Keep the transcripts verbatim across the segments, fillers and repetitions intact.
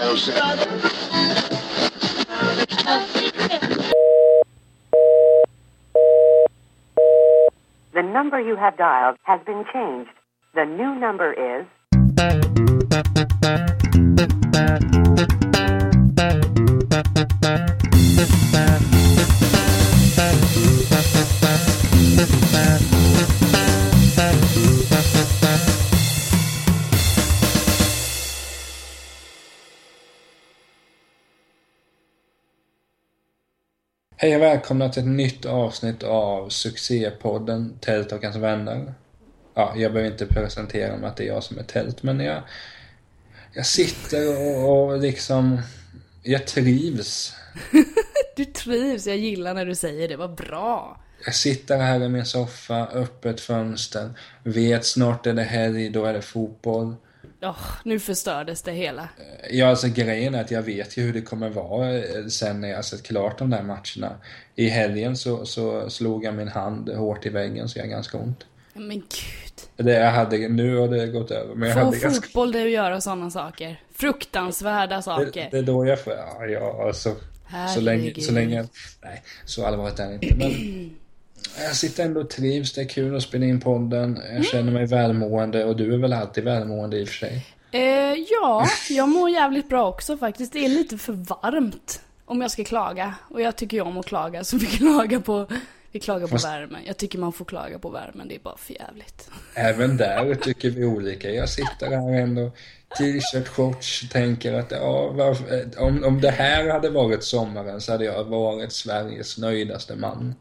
The number you have dialed has been changed. The new number is... Hej och välkomna till ett nytt avsnitt av succépodden Tält och hans vänner. Ja, jag behöver inte presentera mig att det är jag som är Tält, men jag, jag sitter och, och liksom, jag trivs. Du trivs, jag gillar när du säger det, vad bra. Jag sitter här i min soffa, öppet fönster, vet snart är det helg, då är det fotboll. Oh, nu förstördes det hela. Ja, alltså grejen är att jag vet ju hur det kommer vara sen när jag sett klart de där matcherna. I helgen så, så slog jag min hand hårt i väggen så jag har ganska ont. Men gud. Det jag hade, nu har det gått över. Men jag Få hade fotboll ganska... det att göra sådana saker. Fruktansvärda saker. Det, det är då jag får, ja, ja alltså, så länge, så länge, nej, så allvarligt är det inte. Men jag sitter ändå och trivs, det är kul att spela in podden. Jag mm. känner mig välmående och du är väl alltid välmående i och för sig. Eh, ja, jag mår jävligt bra också faktiskt. Det är lite för varmt om jag ska klaga. Och jag tycker ju om att klaga, så vi klagar på, vi klagar på Fast... värmen. Jag tycker man får klaga på värmen, det är bara för jävligt. Även där tycker vi olika. Jag sitter här ändå, t-shirt, shorts, tänker att ja, varför, om, om det här hade varit sommaren så hade jag varit Sveriges nöjdaste man.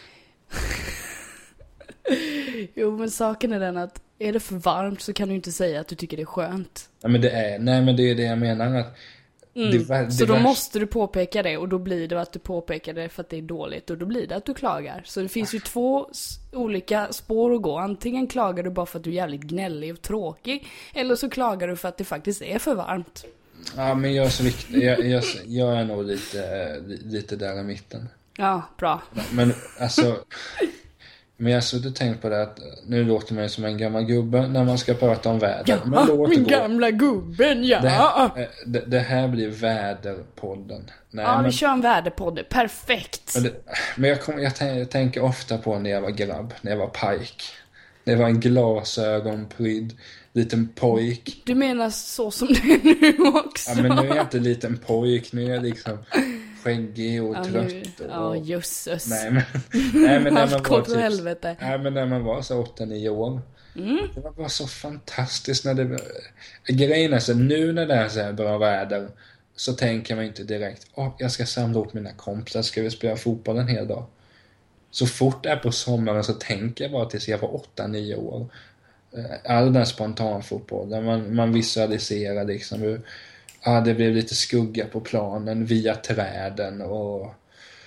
Jo, men saken är den att är det för varmt så kan du inte säga att du tycker det är skönt. Nej, men det är, nej, men det är det jag menar att mm. det, det, så då värst... måste du påpeka det, och då blir det att du påpekar det för att det är dåligt, och då blir det att du klagar. Så det finns ju två olika spår att gå. Antingen klagar du bara för att du är jävligt gnällig och tråkig, eller så klagar du för att det faktiskt är för varmt. Ja, men jag är så viktig. Jag, jag, jag är nog lite, lite där i mitten. Ja, bra. Men alltså, men jag har suttit och tänkt på det att nu låter man som en gammal gubbe när man ska prata om väder. Ja, men låt min gå. gamla gubben, ja. Det här, det, det här blir väderpodden. Nej, ja, men, vi kör en väderpodd. Perfekt. Men, det, men jag, kom, jag, tänk, jag tänker ofta på när jag var grabb, när jag var pike. När jag var en glasögonprydd liten pojk. Du menar så som det är nu också? Ja, men nu är jag inte liten pojk, nu är jag liksom skäggig och ja, trött. Nu, och... Ja, jösses. Nej, men, nej, men när man var typ, helvete. Nej, men när man var så åtta nio år. Mm. Det var bara så fantastiskt när det grejen är så nu när det är så här bra väder så tänker man inte direkt åh, jag ska samla upp mina kompisar, ska vi spela fotboll en hel dag. Så fort det är på sommaren så tänker jag bara tills jag var åtta nio år. All den spontan fotboll där man, man visualiserar liksom hur ja, det blev lite skugga på planen via träden och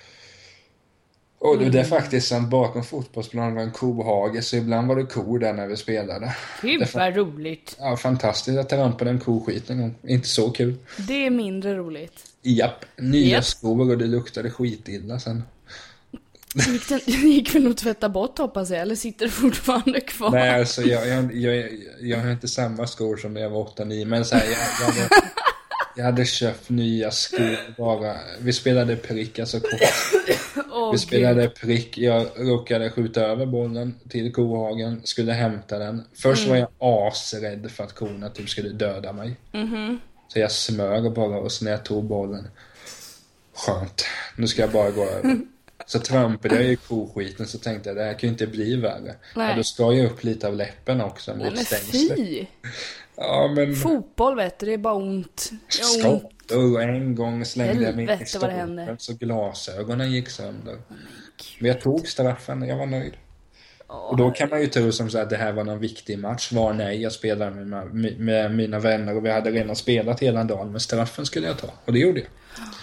och mm. det är faktiskt sant, bakom fotbollsplanen var en kohage, så ibland var det kor där när vi spelade. Gud, vad fa- roligt. Ja, fantastiskt att trampa en koskit en gång. Inte så kul. Det är mindre roligt. Japp, nya Japp. skor och det luktade skitilla sen. Gick, den, gick vi nog tvätta bort, hoppas jag, eller sitter det fortfarande kvar? Nej, alltså jag, jag, jag, jag har inte samma skor som när jag var åtta nio, men så här, jag, jag, hade, jag hade köpt nya skor bara. Vi spelade prick, alltså kort. Oh, vi spelade Gud. prick, jag råkade skjuta över bollen till kohagen, skulle hämta den. Först mm. var jag asrädd för att korna typ skulle döda mig. Mm-hmm. Så jag smög bara, och så när jag tog bollen, skönt, nu ska jag bara gå över. Så trampade jag i koskiten, så tänkte jag det här kan ju inte bli värre. Ja, då ska jag upp lite av läppen också mot stängslet. Ja, men fotboll vet du, det är bara ont. Skott, och en gång slängde jag mig i stolpen så glasögonen gick sönder. Men jag tog straffen, jag var nöjd. Oh, och då kan man ju tro som så att det här var någon viktig match. Var nej, jag spelade med, med, med mina vänner och vi hade redan spelat hela dagen, men straffen skulle jag ta. Och det gjorde jag.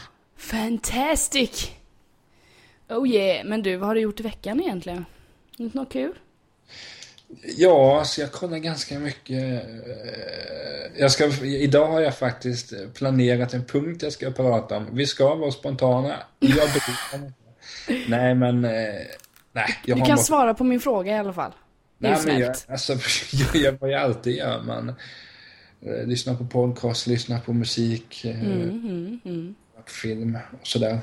Fantastic! Oh yeah, men du, vad har du gjort i veckan egentligen? Inte något kul? Ja, så jag kollar ganska mycket. Jag ska, idag har jag faktiskt planerat en punkt jag ska prata om. Vi ska vara spontana. Jag nej, men nej. Jag du har kan mått... svara på min fråga i alla fall. Det är nej, men jag, snällt. alltså, jag gör vad jag alltid gör, man. eh, lyssna på podcast, lyssna på musik, eh, Mm, mm, mm. film och sådär.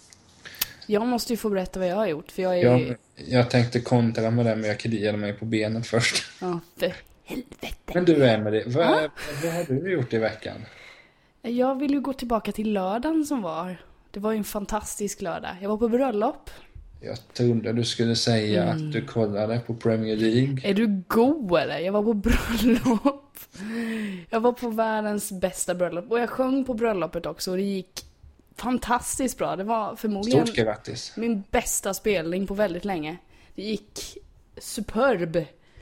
Jag måste ju få berätta vad jag har gjort, för jag är Jag, ju... jag tänkte kontra med det, men jag kliade mig på benet först. Ja, för helvete. Men du är med det. Vad, Ja. vad har du gjort i veckan? Jag vill ju gå tillbaka till lördagen som var. Det var ju en fantastisk lördag. Jag var på bröllop. Jag trodde du skulle säga Mm. att du kollade på Premier League. Är du god eller? Jag var på bröllop. Jag var på världens bästa bröllop. Och jag sjöng på bröllopet också. Och det gick fantastiskt bra. Det var förmodligen Stort grattis. min bästa spelning på väldigt länge. Det gick superb.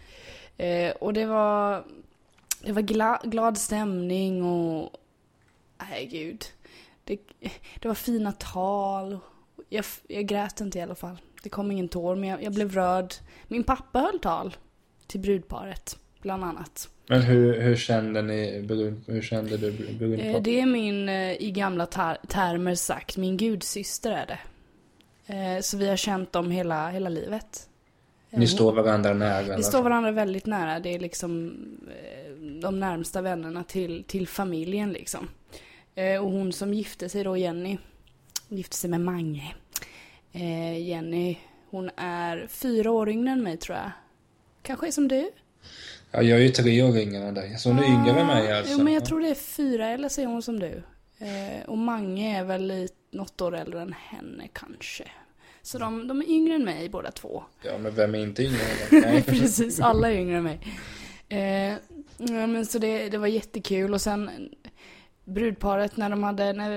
Eh, och det var... Det var gla- glad stämning och... Nej gud. Det, det var fina tal. Jag, jag grät inte i alla fall. Det kom ingen tår, men jag, jag blev rörd. Min pappa höll tal till brudparet, bland annat. Men hur, hur kände ni, brud- hur kände du Eh, brudpar? det är min, eh, i gamla ter- termer sagt, min gudsyster är det. Eh, så vi har känt dem hela, hela livet. Eh, Ni står varandra nära? Vi står varandra väldigt nära. Det är liksom eh, de närmsta vännerna till, till familjen liksom. Eh, och hon som gifte sig då, Jenny, gifte sig med Mange. Eh, Jenny, hon är fyra år yngre än mig tror jag. Kanske är som du? Ja, jag är ju tre år yngre än dig. Så hon är yngre än mig alltså. Jo, men jag tror det är fyra, eller så är hon som du. Eh, och Mange är väl lite, något år äldre än henne kanske. Så de, de är yngre än mig båda två. Ja, men vem är inte yngre än dig? Nej. Precis, alla är yngre än mig. Eh, ja, men så det, det var jättekul. Och sen brudparet när de hade... När,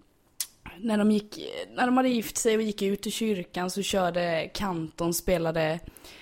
när de gick, när de hade gift sig och gick ut i kyrkan så körde Kanton, spelade,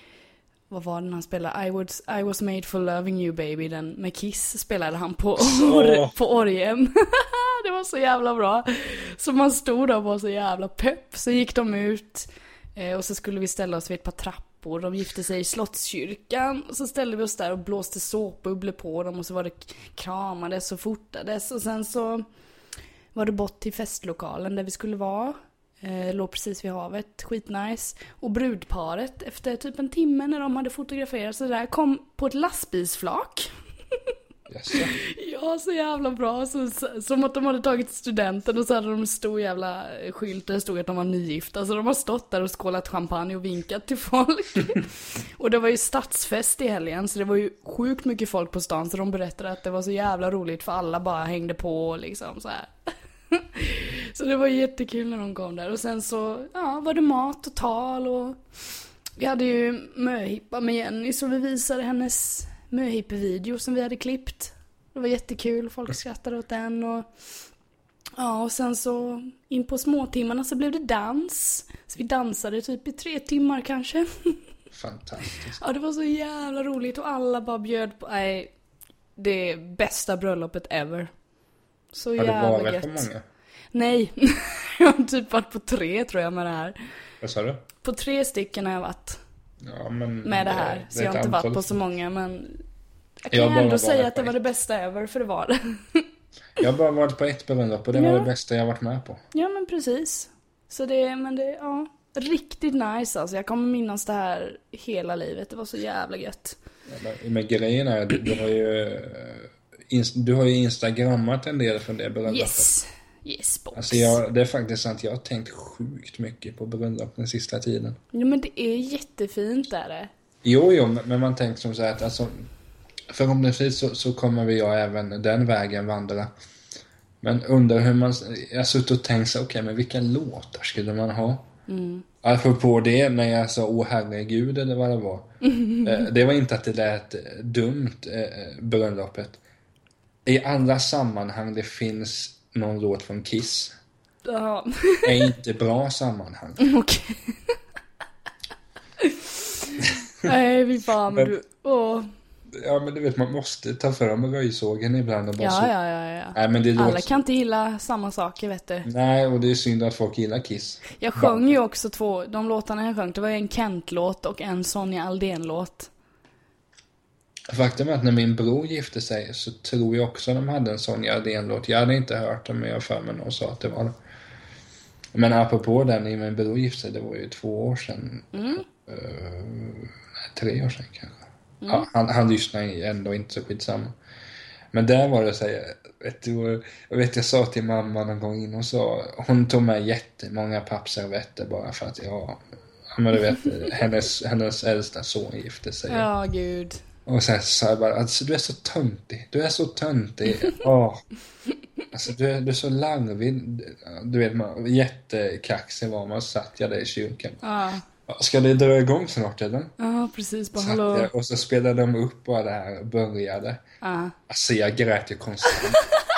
vad var det han spelade? I was, I was made for loving you baby, den med Kiss spelade han på, or, på orgeln. Det var så jävla bra. Så man stod där och var så jävla pepp. Så gick de ut eh, och så skulle vi ställa oss vid ett par trappor. De gifte sig i Slottskyrkan. Och så ställde vi oss där och blåste såpbubblor på dem. Och så var det kramades och fotades. Och sen så var det bort till festlokalen där vi skulle vara. Eh, låg precis vid havet, skitnice. Och brudparet efter typ en timme när de hade fotograferat så där kom på ett lastbilsflak. Yes. Ja, så jävla bra. Så, så, som att de hade tagit studenten och så hade de en stor jävla skylt där det stod att de var nygifta. Så de har stått där och skålat champagne och vinkat till folk. Och det var ju stadsfest i helgen så det var ju sjukt mycket folk på stan. Så de berättade att det var så jävla roligt för alla bara hängde på liksom så här. Så det var jättekul när de kom där. Och sen så ja, var det mat och tal och vi hade ju möhippa med Jenny så vi visade hennes möhippevideo som vi hade klippt. Det var jättekul, folk skrattade åt den och ja, och sen så in på småtimmarna så blev det dans. Så vi dansade typ i tre timmar kanske. Fantastiskt. Ja, det var så jävla roligt och alla bara bjöd på, nej, det bästa bröllopet ever. Så Har du jävla varit gött. på många? Nej, jag har typ varit på tre tror jag med det här. Vad sa du? På tre stycken har jag varit Ja, men med det här. det Så är jag har ett inte varit antal. på så många, men jag Jag kan bara ändå varit säga att det på var det bästa ever, för det var det. Jag har bara varit på ett bröllop och det var Ja. det bästa jag varit med på. Ja, men precis. Så det, men det, ja, riktigt nice alltså. Jag kommer minnas det här hela livet. Det var så jävla gött. Men, men grejen är, du, du har ju eh, ins- du har ju instagrammat en del från det bröllopet. Yes. Yes, box. Alltså jag, det är faktiskt sant, jag har tänkt sjukt mycket på bröllop den sista tiden. Ja, men det är jättefint där det. Jo, jo, men man tänker som så här att alltså, förhoppningsvis så, så kommer vi jag även den vägen vandra. Men undrar hur man, jag har suttit och tänkt så okej, okay, men vilka låtar skulle man ha? Mm. Apropå det, när jag sa åh herregud eller vad det var. eh, det var inte att det lät eh, dumt, eh, bröllopet. I alla sammanhang det finns någon låt från Kiss. Ja. Är inte bra sammanhang. Okej. Nej, vi fan, men du, åh. Ja, men du vet, man måste ta fram röjsågen ibland och bara Ja, så. ja, ja, ja. Nej, men det Alla låter... kan inte gilla samma saker, vet du. Nej, och det är synd att folk gillar Kiss. Jag sjöng ju också två, de låtarna jag sjöng, det var en Kent-låt och en Sonja Aldén-låt. Faktum är att när min bror gifte sig så tror jag också de hade en Sonja Aldén-låt. Jag hade inte hört den, men jag för mig någon sa att det var det. Men apropå den, när min bror gifte sig, det var ju två år sedan. Mm. Uh, nej, tre år sedan kanske. Mm. Ja, han, han lyssnar ändå inte så skitsamma. Men där var det så här, vet du, jag vet jag sa till mamma någon gång in och sa, hon tog med jättemånga pappservetter bara för att jag, ja men du vet, hennes, hennes äldsta son gifte sig. Ja, gud. Och sen sa jag bara, alltså du är så töntig, du är så töntig. Åh. Alltså du är, du är så larvig. Du vet, man, jättekaxig var man, satt jag där i kyrkan. Ja. Ska det dra igång snart eller? Ja, precis. Bara, Satt hallå. jag, och så spelade de upp och det här började. Ja. Alltså jag grät ju konstant.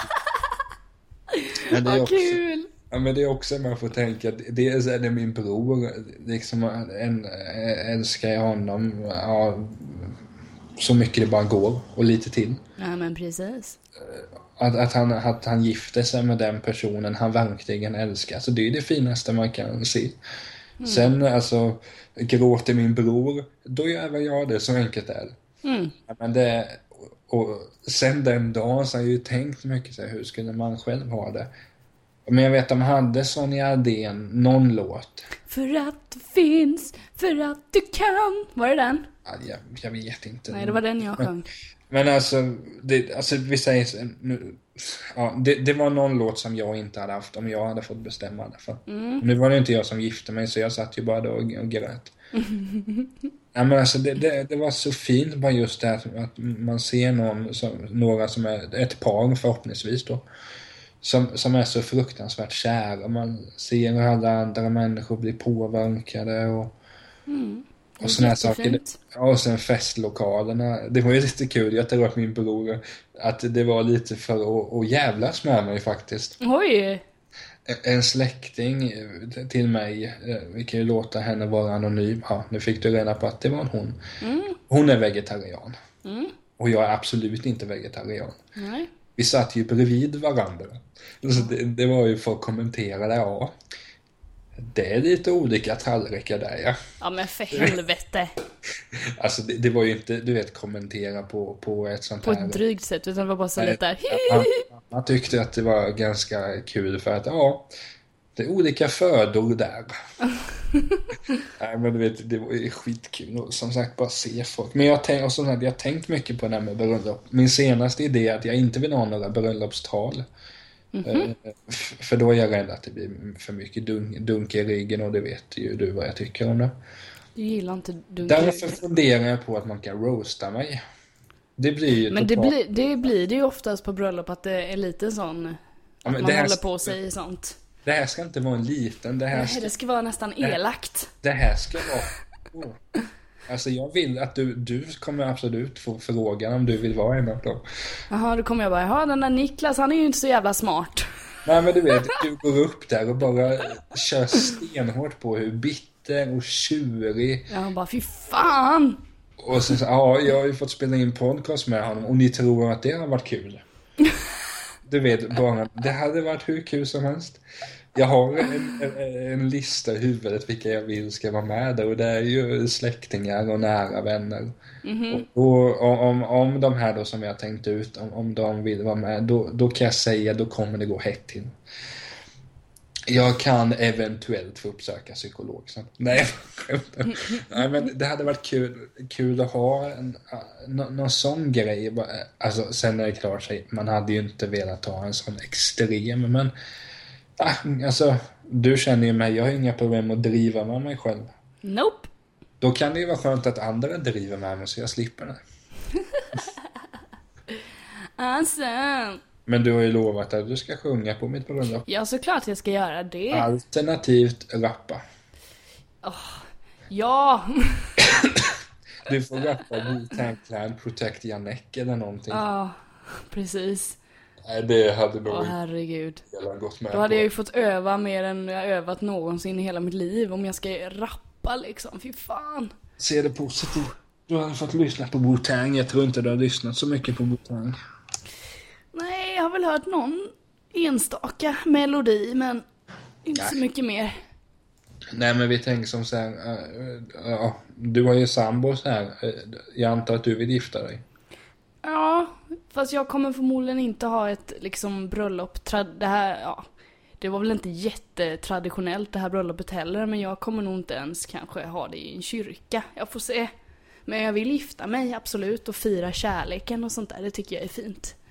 Men det är Vad också, kul. ja, men det är också man får tänka, dels är det min bror, liksom en, älskar jag honom, ja, så mycket det bara går och lite till. Ja, men precis. Att, att, han, att han gifter sig med den personen han verkligen älskar. Så det är det finaste man kan se. Mm. Sen alltså, gråter min bror, då gör väl jag det, så enkelt är det. Mm. Ja, men det och sen den dagen så har jag ju tänkt mycket så här, hur skulle man själv ha det. Men jag vet de hade Sonja Ardén någon låt. För att du finns, för att du kan. Var det den? Ja, jag, jag vet inte. Nej, det var den jag sjöng. Men alltså, det, alltså vi säger nu, ja, det, det var någon låt som jag inte hade haft om jag hade fått bestämma det för. Mm. Nu var det inte jag som gifte mig, så jag satt ju bara då och, och grät. Ja, men alltså det, det, det var så fint bara just det att, att man ser någon som, några som är ett par förhoppningsvis då, som, som är så fruktansvärt kära. Man ser hur alla andra människor blir påverkade och mm. och såna här saker. Och sen festlokalerna. Det var ju lite kul. Jag tar upp min bror att det var lite för att, att jävlas med mig faktiskt. Oj! En släkting till mig, vi kan ju låta henne vara anonym. Ja, nu fick du reda på att det var en hon. Mm. Hon är vegetarian. Mm. Och jag är absolut inte vegetarian. Nej. Vi satt ju bredvid varandra. Så det, det var ju för att kommentera det. Ja. Det är lite olika tallrikar där, ja. Ja, men för helvete. Alltså, det, det var ju inte, du vet, kommentera på, på ett sånt på här... På ett drygt sätt, utan det var bara så lite där. Man, man tyckte att det var ganska kul för att, ja, det är olika födor där. Nej, men du vet, det var ju skitkul. Och som sagt, bara se folk. Men jag, tänk, och så hade jag tänkt mycket på det här med bröllop. Min senaste idé är att jag inte vill ha några bröllopstal. Mm-hmm. För då är jag rädd att det blir för mycket dunk, dunk i ryggen, och det vet ju du vad jag tycker om det. Du gillar inte dunk. Därför funderar jag på att man kan roasta mig. Det blir ju men det blir, det blir det ju oftast på bröllop att det är lite sån att ja, man håller ska, på sig i sånt. Det här ska inte vara en liten. Det här Nej, ska, det ska vara nästan elakt. Det, det här ska vara... Oh. Alltså jag vill att du, du kommer absolut få frågan om du vill vara en av dem. Jaha, då kommer jag bara, ja den där Niklas, han är ju inte så jävla smart. Nej, men du vet, du går upp där och bara kör stenhårt på hur bitter och tjurig. Ja, bara fy fan. Och sen så, ja, jag har ju fått spela in podcast med honom och ni tror att det har varit kul. Du vet, bara, det hade varit hur kul som helst. Jag har en, en, en lista i huvudet vilka jag vill ska vara med där, och det är ju släktingar och nära vänner. Mm-hmm. Och, och om, om de här då som jag tänkt ut, om, om de vill vara med, då, då kan jag säga, då kommer det gå hett till. Jag kan eventuellt få uppsöka psykolog sen. Nej, nej, men det hade varit kul, kul att ha en, någon, någon sån grej. Alltså, sen är det klart, man hade ju inte velat ha en sån extrem, men ah, alltså, du känner ju mig, jag har inga problem att driva med mig själv. Nope. Då kan det ju vara skönt att andra driver med mig så jag slipper det. Alltså. Men du har ju lovat att du ska sjunga på mitt bröllop. Ja, såklart jag ska göra det. Alternativt rappa. Oh, ja. Du får rappa Wu-Tang Clan, Protect Janek eller någonting. Ja, precis. Nej, det hade nog Åh, herregud. gått med Då hade på. jag ju fått öva mer än jag övat någonsin i hela mitt liv om jag ska rappa liksom. Fy fan. Se det positivt. Du har fått lyssna på Wu-Tang. Jag tror inte du har lyssnat så mycket på Wu-Tang. Nej, jag har väl hört någon enstaka melodi, men inte Nej. så mycket mer. Nej, men vi tänker som så här, äh, äh, du har ju sambo så här. Jag antar att du vill gifta dig. Ja, fast jag kommer förmodligen inte ha ett liksom bröllop. Tra- det här, ja, det var väl inte jättetraditionellt det här bröllopet heller, men jag kommer nog inte ens kanske ha det i en kyrka. Jag får se. Men jag vill gifta mig, absolut, och fira kärleken och sånt där. Det tycker jag är fint.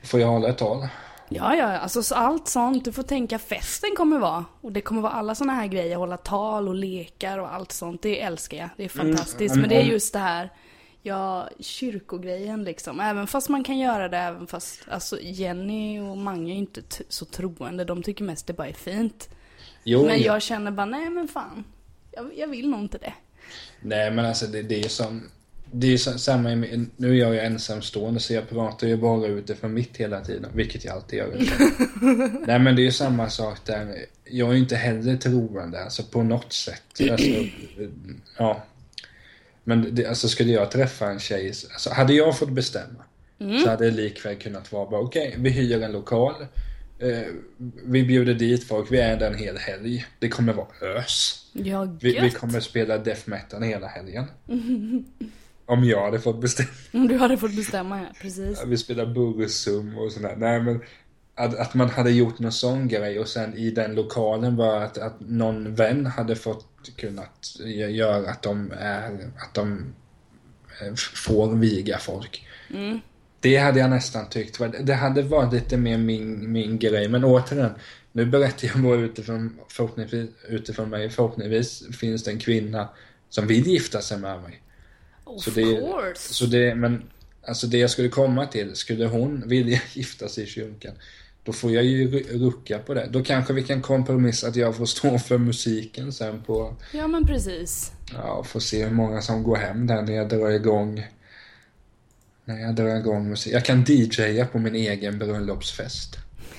Får jag hålla ett tal? Ja, ja, alltså så allt sånt, du får tänka festen kommer vara. Och det kommer vara alla såna här grejer, hålla tal och lekar och allt sånt. Det älskar jag, det är fantastiskt. Mm, men det är just det här, ja, kyrkogrejen liksom. Även fast man kan göra det, även fast, alltså Jenny och Mange är inte t- så troende. De tycker mest det bara är fint. Jo, men jag känner bara, nej men fan, jag, jag vill nog inte det. Nej, men alltså det, det är som... Det är så, samma, nu är jag ju ensamstående så jag pratar ju bara utifrån mitt hela tiden, vilket jag alltid gör. Nej, men det är ju samma sak där. Jag är ju inte heller troende, alltså på något sätt. Alltså, ja. Men det, alltså skulle jag träffa en tjej, alltså hade jag fått bestämma mm. så hade det likväl kunnat vara bara, okej, okay, vi hyr en lokal, eh, vi bjuder dit folk, vi är där en hel helg, det kommer vara ös. Ja, vi, vi kommer spela death metal hela helgen. Mm. Om jag hade fått bestämma. Om du hade fått bestämma, ja, precis. Ja, vi spelar Bursum och sådär. Nej, men att, att man hade gjort någon sån grej och sen i den lokalen var att, att någon vän hade fått kunnat göra att de är, att de får viga folk. Mm. Det hade jag nästan tyckt. Det hade varit lite mer min, min grej. Men återigen, nu berättar jag bara utifrån, förhoppningsvis, utifrån mig. Förhoppningsvis finns det en kvinna som vill gifta sig med mig. Of så det, course. så det, men alltså det jag skulle komma till, skulle hon vilja gifta sig i kyrkan, då får jag ju rucka på det. Då kanske vi kan kompromissa att jag får stå för musiken sen på... Ja, men precis. Ja, får se hur många som går hem där när jag drar igång när jag drar igång musik. Jag kan D J:a på min egen bröllopsfest.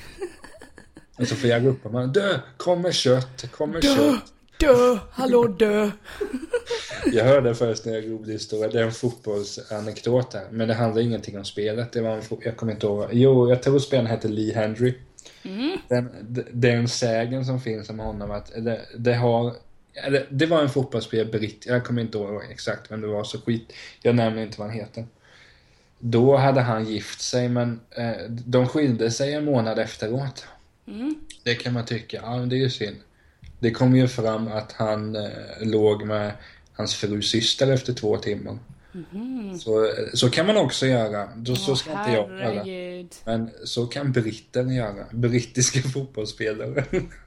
Och så får jag ropa man, dö, kommer kött, kommer dö, kött. Dö, hallå dö. Jag hörde först när jag rolig historia. Det är en fotbollsanekdot här. Men det handlar ingenting om spelet. Det var en, jag kommer inte ihåg. Jo, jag tror spelaren heter Lee Hendry. Mm. Den, den sägen som finns om honom att det, det har... Det, det var en fotbollsspelare britt. Jag kommer inte ihåg exakt vem det var, så skit. Jag nämner inte vad han heter. Då hade han gift sig, men eh, de skilde sig en månad efteråt. Mm. Det kan man tycka. Ja, det är ju synd. Det kom ju fram att han eh, låg med hans frus syster efter två timmar. Mm. Så, så kan man också göra. Då, oh, så ska inte jag göra. Men så kan britter göra. Brittiska fotbollsspelare.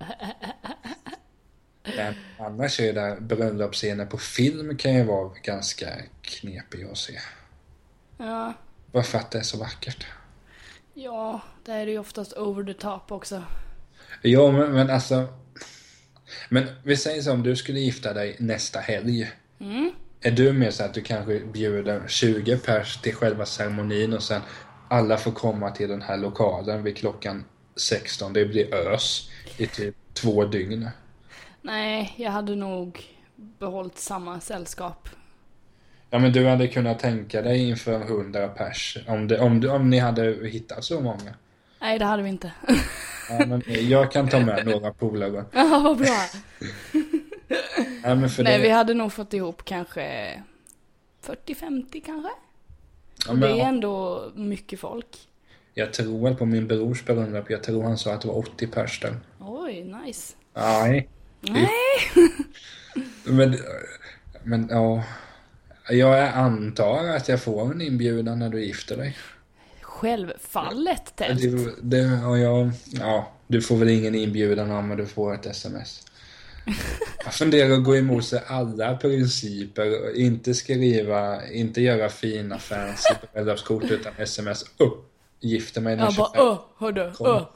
Men annars är det bröllopsscener på film kan ju vara ganska knepig att se. Ja. Varför att det är så vackert. Ja, det är ju oftast over the top också. Ja, men, men alltså... Men vi säger så, om du skulle gifta dig nästa helg. Mm. Är du med så att du kanske bjuder tjugo pers till själva ceremonin och sen alla får komma till den här lokalen vid klockan sexton. Det blir ös i typ två dygn. Nej, jag hade nog behållit samma sällskap. Ja, men du hade kunnat tänka dig inför hundra pers om, det, om, om ni hade hittat så många. Nej, det hade vi inte. Ja, men jag kan ta med några polare. Ja, vad bra. Ja, men för Nej, det... vi hade nog fått ihop kanske fyrtio femtio kanske. Ja, men... Det är ändå mycket folk. Jag tror väl på min brors bröllop. Jag tror han sa att det var åttio pers där. Oj, nice. Nej. Nej. men, men ja... Jag antar att jag får en inbjudan när du gifter dig. Självfallet, tält. Det, det, ja, jag, ja, du får väl ingen inbjudan om men du får ett sms. Jag funderar att gå emot sig alla principer och inte skriva, inte göra fina fancy bröllopskort utan sms. Oh, gifter mig den tjugofem. Jag bara, öh, hördu, öh.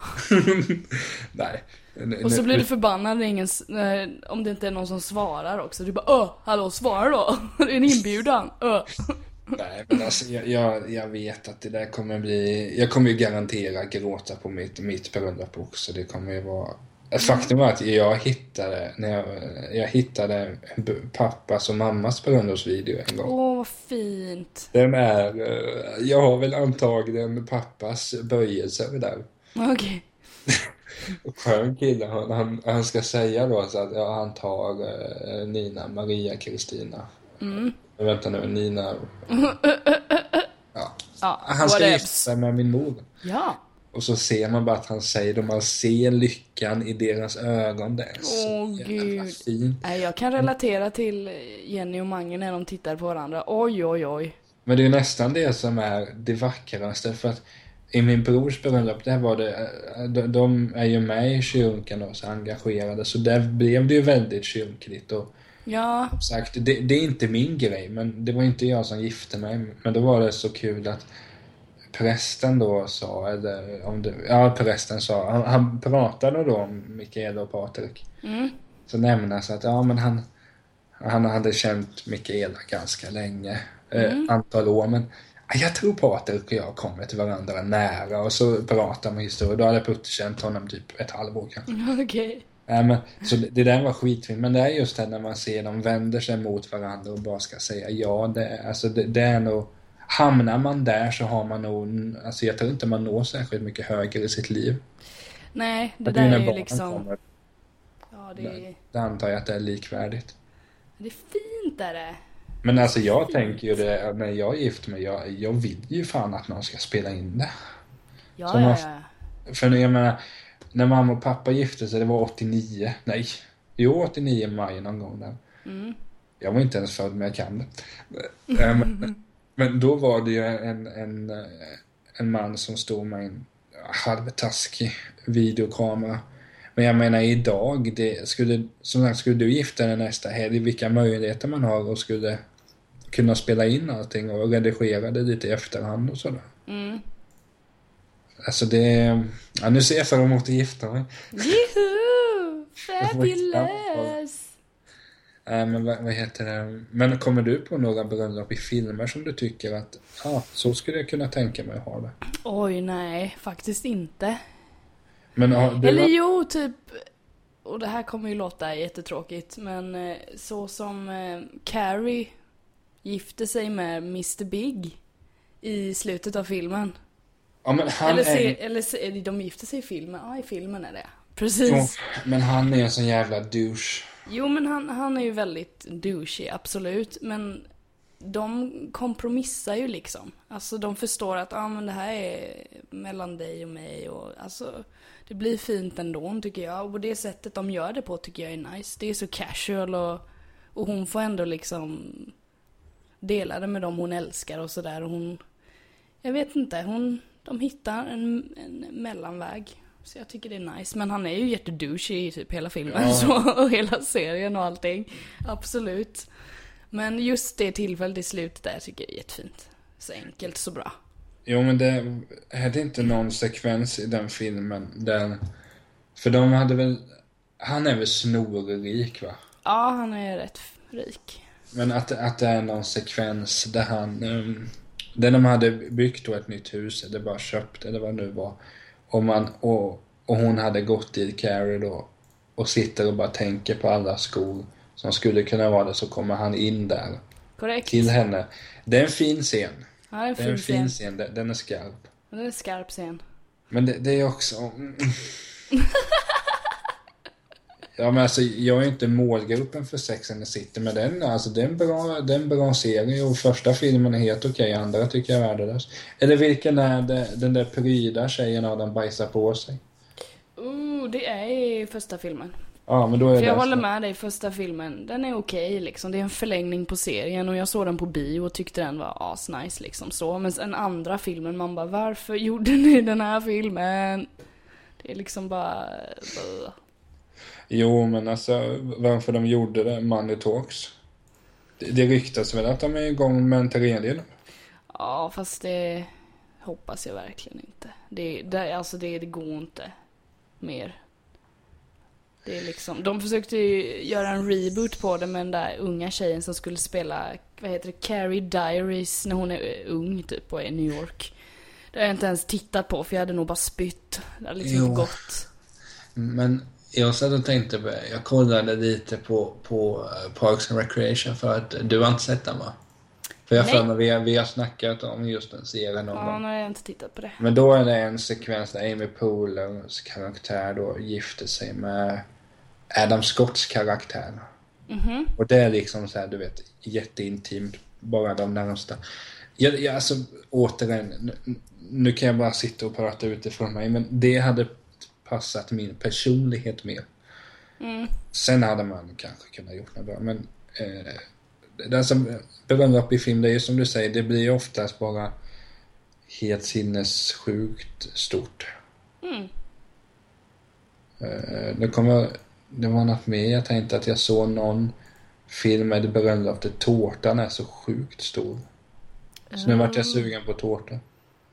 Nej. Och så blir du förbannad när ingen, om det inte är någon som svarar också. Du bara, öh, hallå, svara då. Det är en inbjudan, öh. Nej, men alltså jag, jag, jag vet att det där kommer bli... Jag kommer ju garantera gråta på mitt, mitt bröllop också. Det kommer ju vara... Faktum var att jag hittade... När jag, jag hittade pappas och mammas bröllopsvideo en gång. Åh, vad fint. Den är... Jag har väl antagligen pappas böjelser där. Okej. Okay. Och skön kille, han, han, han ska säga då så att ja, han tar uh, Nina, Maria, Kristina. Mm. Vänta nu, Nina. Ja. Ja, han ska gifta sig med min mor. Ja. Och så ser man bara att han säger det, man ser lyckan i deras ögon. Det är så Åh, gud. Fint. Jag kan relatera till Jenny och Mange när de tittar på varandra. Oj, oj, oj. Men det är nästan det som är det vackraste, för att i min brors bröllop, där var det, de, de är ju med i kyrkan och så engagerade, så där blev det ju väldigt kyrkligt och Ja. sagt, det, det är inte min grej, men det var inte jag som gifte mig, men då var det så kul att prästen då sa, eller om det, ja prästen sa, han, han pratade då om Mikaela och Patrik. Mm. Så nämnas att ja men han han hade känt Mikaela ganska länge, mm. eh, antal år, men jag tror Patrik och jag kommer till varandra nära, och så pratar man historia. Då hade Putte känt honom typ ett halvår kanske. Okej. Okay. Ja, men, så det, det där var skitfint, men det är just det när man ser dem vänder sig mot varandra och bara ska säga ja, det, alltså det, det är nog, hamnar man där så har man nog, alltså jag tror inte man når särskilt mycket högre i sitt liv. Nej, det där är ju liksom kommer, ja, det är... det antar jag att det är likvärdigt. Det är fint är det. Men alltså jag fint. tänker ju det, när jag är gift med, jag, jag vill ju fan att någon ska spela in det. Ja, så ja, man, ja. För jag menar, när mamma och pappa gifte sig, det var åttionio, nej, jo åttionio maj någon gång där. Mm. Jag var inte ens född, men jag kan det. men, men då var det ju en, en, en man som stod med en halvtaskig videokamera. Men jag menar idag, det skulle, som sagt, skulle du gifta dig nästa helg, vilka möjligheter man har och skulle kunna spela in allting och redigera det lite i efterhand och sådär. Mm. Alltså det, ja, nu ser jag fram emot att gifta mig. Juhu! Fabulous! Äh, men vad, vad heter det? Men kommer du på några bröllop i filmer som du tycker att ja, så skulle jag kunna tänka mig att ha det? Oj, nej, faktiskt inte. Men, ja, du Eller har... jo, typ, och det här kommer ju låta jättetråkigt, men så som eh, Carrie gifte sig med mister Big i slutet av filmen. Ja, men han eller, se, är... eller se, de gifte sig i filmen. Ja, i filmen är det. Precis. Jo, men han är en sån jävla douche. Jo, men han, han är ju väldigt douchey, absolut. Men de kompromissar ju liksom. Alltså de förstår att ah, men det här är mellan dig och mig. Och, alltså, det blir fint ändå, tycker jag. Och på det sättet de gör det på tycker jag är nice. Det är så casual och, och hon får ändå liksom dela det med dem hon älskar och sådär. Och hon, jag vet inte, hon... De hittar en, en mellanväg. Så jag tycker det är nice. Men han är ju jättedouchig i typ hela filmen. Ja. Så, och hela serien och allting. Absolut. Men just det tillfället i slutet där tycker jag är jättefint. Så enkelt, så bra. Jo, men det är det inte någon sekvens i den filmen där... För de hade väl... Han är väl snorrik, va? Ja, han är rätt rik. Men att, att det är någon sekvens där han... Um, där de hade byggt då ett nytt hus, eller bara köpt, eller vad det nu var. Och, man, och, och hon hade gått till Carrie då och sitter och bara tänker på alla skor som skulle kunna vara det, så kommer han in där. Korrekt. Till henne. Det är en fin scen. Ja, det är en fin, det är en fin scen. scen. Den, den är skarp. Den är skarp scen. Men det, det är också... Ja, men alltså, jag är inte målgruppen för Sex and the City, men den, alltså, det, är en bra, det är en bra serie, och första filmen är helt okej, andra tycker jag är värdelös. Eller vilken är det, den där pryda tjejen av den bajsar på sig? Oh, det är i första filmen. Ja, men då är för det jag så. håller med dig, första filmen, den är okej liksom, det är en förlängning på serien och jag såg den på bio och tyckte den var asnice liksom så. Men sen andra filmen, man bara, varför gjorde ni den här filmen? Det är liksom bara... Jo, men alltså, varför de gjorde det, Money Talks. Det, det ryktas väl att de är igång med en tredje nu? Ja, fast det hoppas jag verkligen inte. Det, det, alltså det, det går inte mer. Det är liksom, de försökte ju göra en reboot på det med den där unga tjejen som skulle spela, vad heter det, Carrie Diaries när hon är ung typ och är i New York. Det har jag inte ens tittat på, för jag hade nog bara spytt. Det hade liksom inte gått. Men jag satt och tänkte, jag kollade lite på, på Parks and Recreation, för att du har inte sett den, va? För jag för mig, vi, har, vi har snackat om just den serien någon ja, gång. nej, jag har inte tittat på det. Men då är det en sekvens där Amy Poehler's karaktär då gifter sig med Adam Scotts karaktär. Mm-hmm. Och det är liksom så här, du vet, jätteintimt, bara de närmsta. Jag, jag, alltså, återigen, nu, nu kan jag bara sitta och prata utifrån mig, men det hade passat min personlighet mer. Mm. Sen hade man kanske kunnat gjort något bra, men eh, det som berömmer upp i film, det är ju som du säger, det blir ju oftast bara helt sinnessjukt stort. Mm. Uh, det, kommer, det var något mer. Jag tänkte att jag såg någon film med bröllop där tårtan är så sjukt stor. Så nu vart jag sugen på tårta.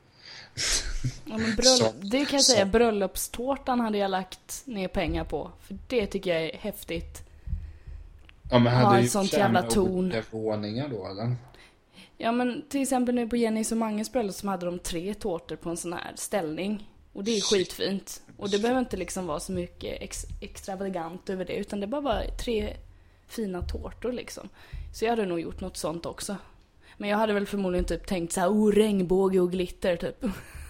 Ja, men bröll- det kan jag säga, bröllopstårtan hade jag lagt ner pengar på. För det tycker jag är häftigt. Ja, men hade Ha du ett sånt jävla torn. våningar då, eller? Ja, men till exempel nu på Jennys och Manges bröllop som hade de tre tårtor på en sån här ställning. Och det är skitfint. Och det behöver inte liksom vara så mycket ex- extravagant över det. Utan det bara var tre fina tårtor liksom. Så jag hade nog gjort något sånt också. Men jag hade väl förmodligen typ tänkt så här, oh, regnbåge och glitter typ.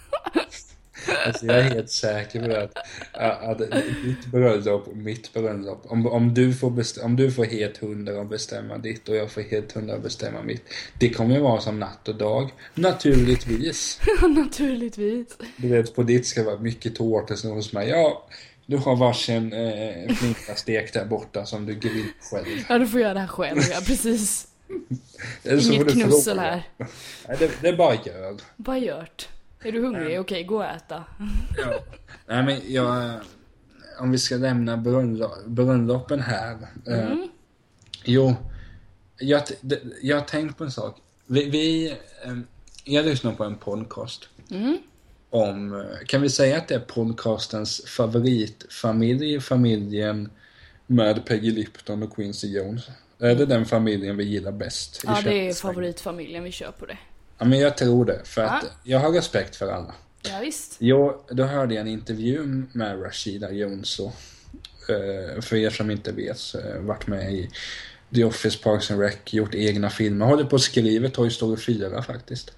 Alltså jag är helt säker på det att, att, att ditt bröllop och mitt bröllop, om, om, du får bestäm, om du får helt hundra att bestämma ditt och jag får helt hundra att bestämma mitt, det kommer ju vara som natt och dag. Naturligtvis. Naturligtvis. Du vet, på ditt ska vara mycket tårta som hos mig. Ja, du har varsin eh, flintastek där borta som du grillar själv. Ja, du får göra det här själv, ja, precis. Inget Inget knussel här. Nej, det, det är bara gör. Bara gjort. Är du hungrig? Mm. Okej, gå och äta. Ja. Nej, men jag... Om vi ska lämna bröllop, bröllopen här. Mm. Eh, jo, jag, det, jag har tänkt på en sak. Vi... vi eh, jag lyssnar på en podcast. Mm. Om... Kan vi säga att det är podcastens favoritfamilj, familjen med Peggy Lipton och Quincy Jones? Är det den familjen vi gillar bäst? Ja, det är favoritfamiljen, vi kör på det. Ja, men jag tror det. För ja. att jag har respekt för alla. Ja, visst. Jo, då hörde jag en intervju med Rashida Jones. Och, uh, för er som inte vet, uh, varit med i The Office, Parks and Rec, gjort egna filmer. Håller på att skriva Toy Story fyra faktiskt.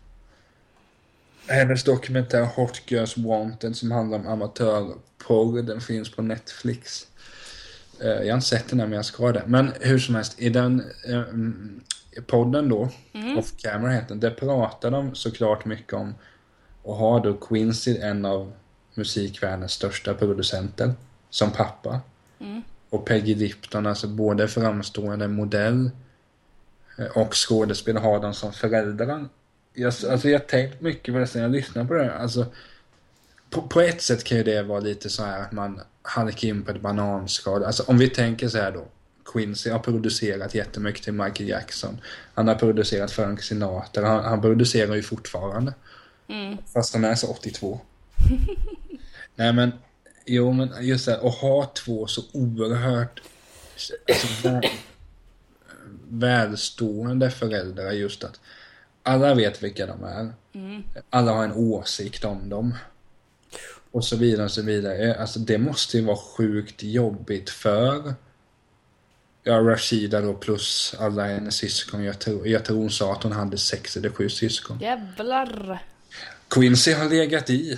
Hennes dokumentär Hot Girls Wanted som handlar om amatörporr, den finns på Netflix. Jag har inte sett den här, men jag ska det. Men hur som helst, i den eh, podden då, mm. Off Camera heter den, där pratar de såklart mycket om och har då Quincy, en av musikvärldens största producenter, som pappa. Mm. Och Peggy Lipton, alltså både framstående modell och skådespelare, har dem som föräldrar. Jag, alltså jag har tänkt mycket på det sen jag lyssnar på det. Alltså, på, på ett sätt kan ju det vara lite så här att man halkar in på ett bananskal. Alltså om vi tänker så här då. Quincy har producerat jättemycket till Michael Jackson. Han har producerat Frank Sinatra. Han, han producerar ju fortfarande. Mm. Fast han är så åttiotvå. Nej men, jo men just det här, att ha två så oerhört alltså, väl, välstående föräldrar, just att alla vet vilka de är. Mm. Alla har en åsikt om dem. Och så vidare och så vidare. Alltså det måste ju vara sjukt jobbigt för ja, Rashida då plus alla hennes syskon. Jag tror, jag tror hon sa att hon hade sex eller sju syskon. Jävlar. Quincy har legat i.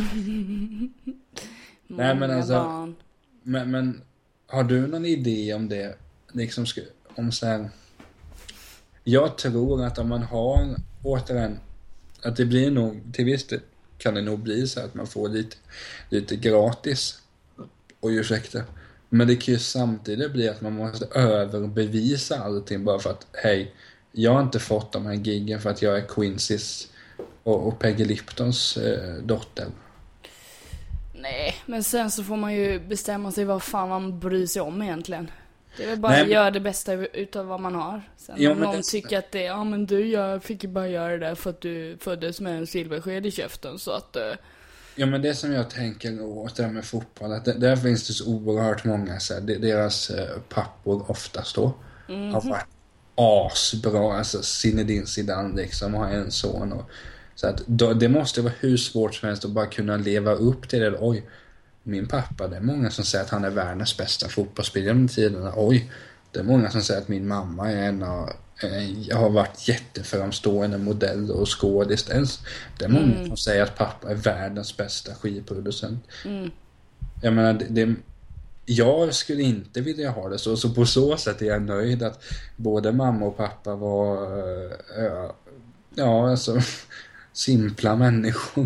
Nej men alltså. Men, men har du någon idé om det? Liksom om så här. Jag tror att om man har återigen att det blir nog till viss del kan det nog bli så att man får lite, lite gratis. Och ursäkta. Men det kan ju samtidigt bli att man måste överbevisa allting bara för att hej, jag har inte fått de här giggen för att jag är Quincy's och, och Peggy Liptons eh, dotter. Nej, men sen så får man ju bestämma sig vad fan man bryr sig om egentligen. Det är väl bara Nej, att göra det bästa utav vad man har. Sen ja, om någon det... tycker att det, ja men du, jag fick ju bara göra det där för att du föddes med en silversked i käften, så att... Uh... Ja, men det som jag tänker åt det här med fotboll, att det, där finns det så oerhört många, så här, deras eh, pappor oftast då, mm-hmm. har varit asbra, alltså Zinedine Zidane liksom, har en son och så att då, det måste vara hur svårt som helst att bara kunna leva upp till det. Oj, min pappa, det är många som säger att han är världens bästa fotbollsspelare med tiderna. Oj, det är många som säger att min mamma är en av, eh, har varit jätteframstående modell och skådis. Det är många mm. som säger att pappa är världens bästa skivproducent. Mm. Jag menar, det, det, jag skulle inte vilja ha det så. Så på så sätt är jag nöjd att både mamma och pappa var äh, ja, alltså simpla människor.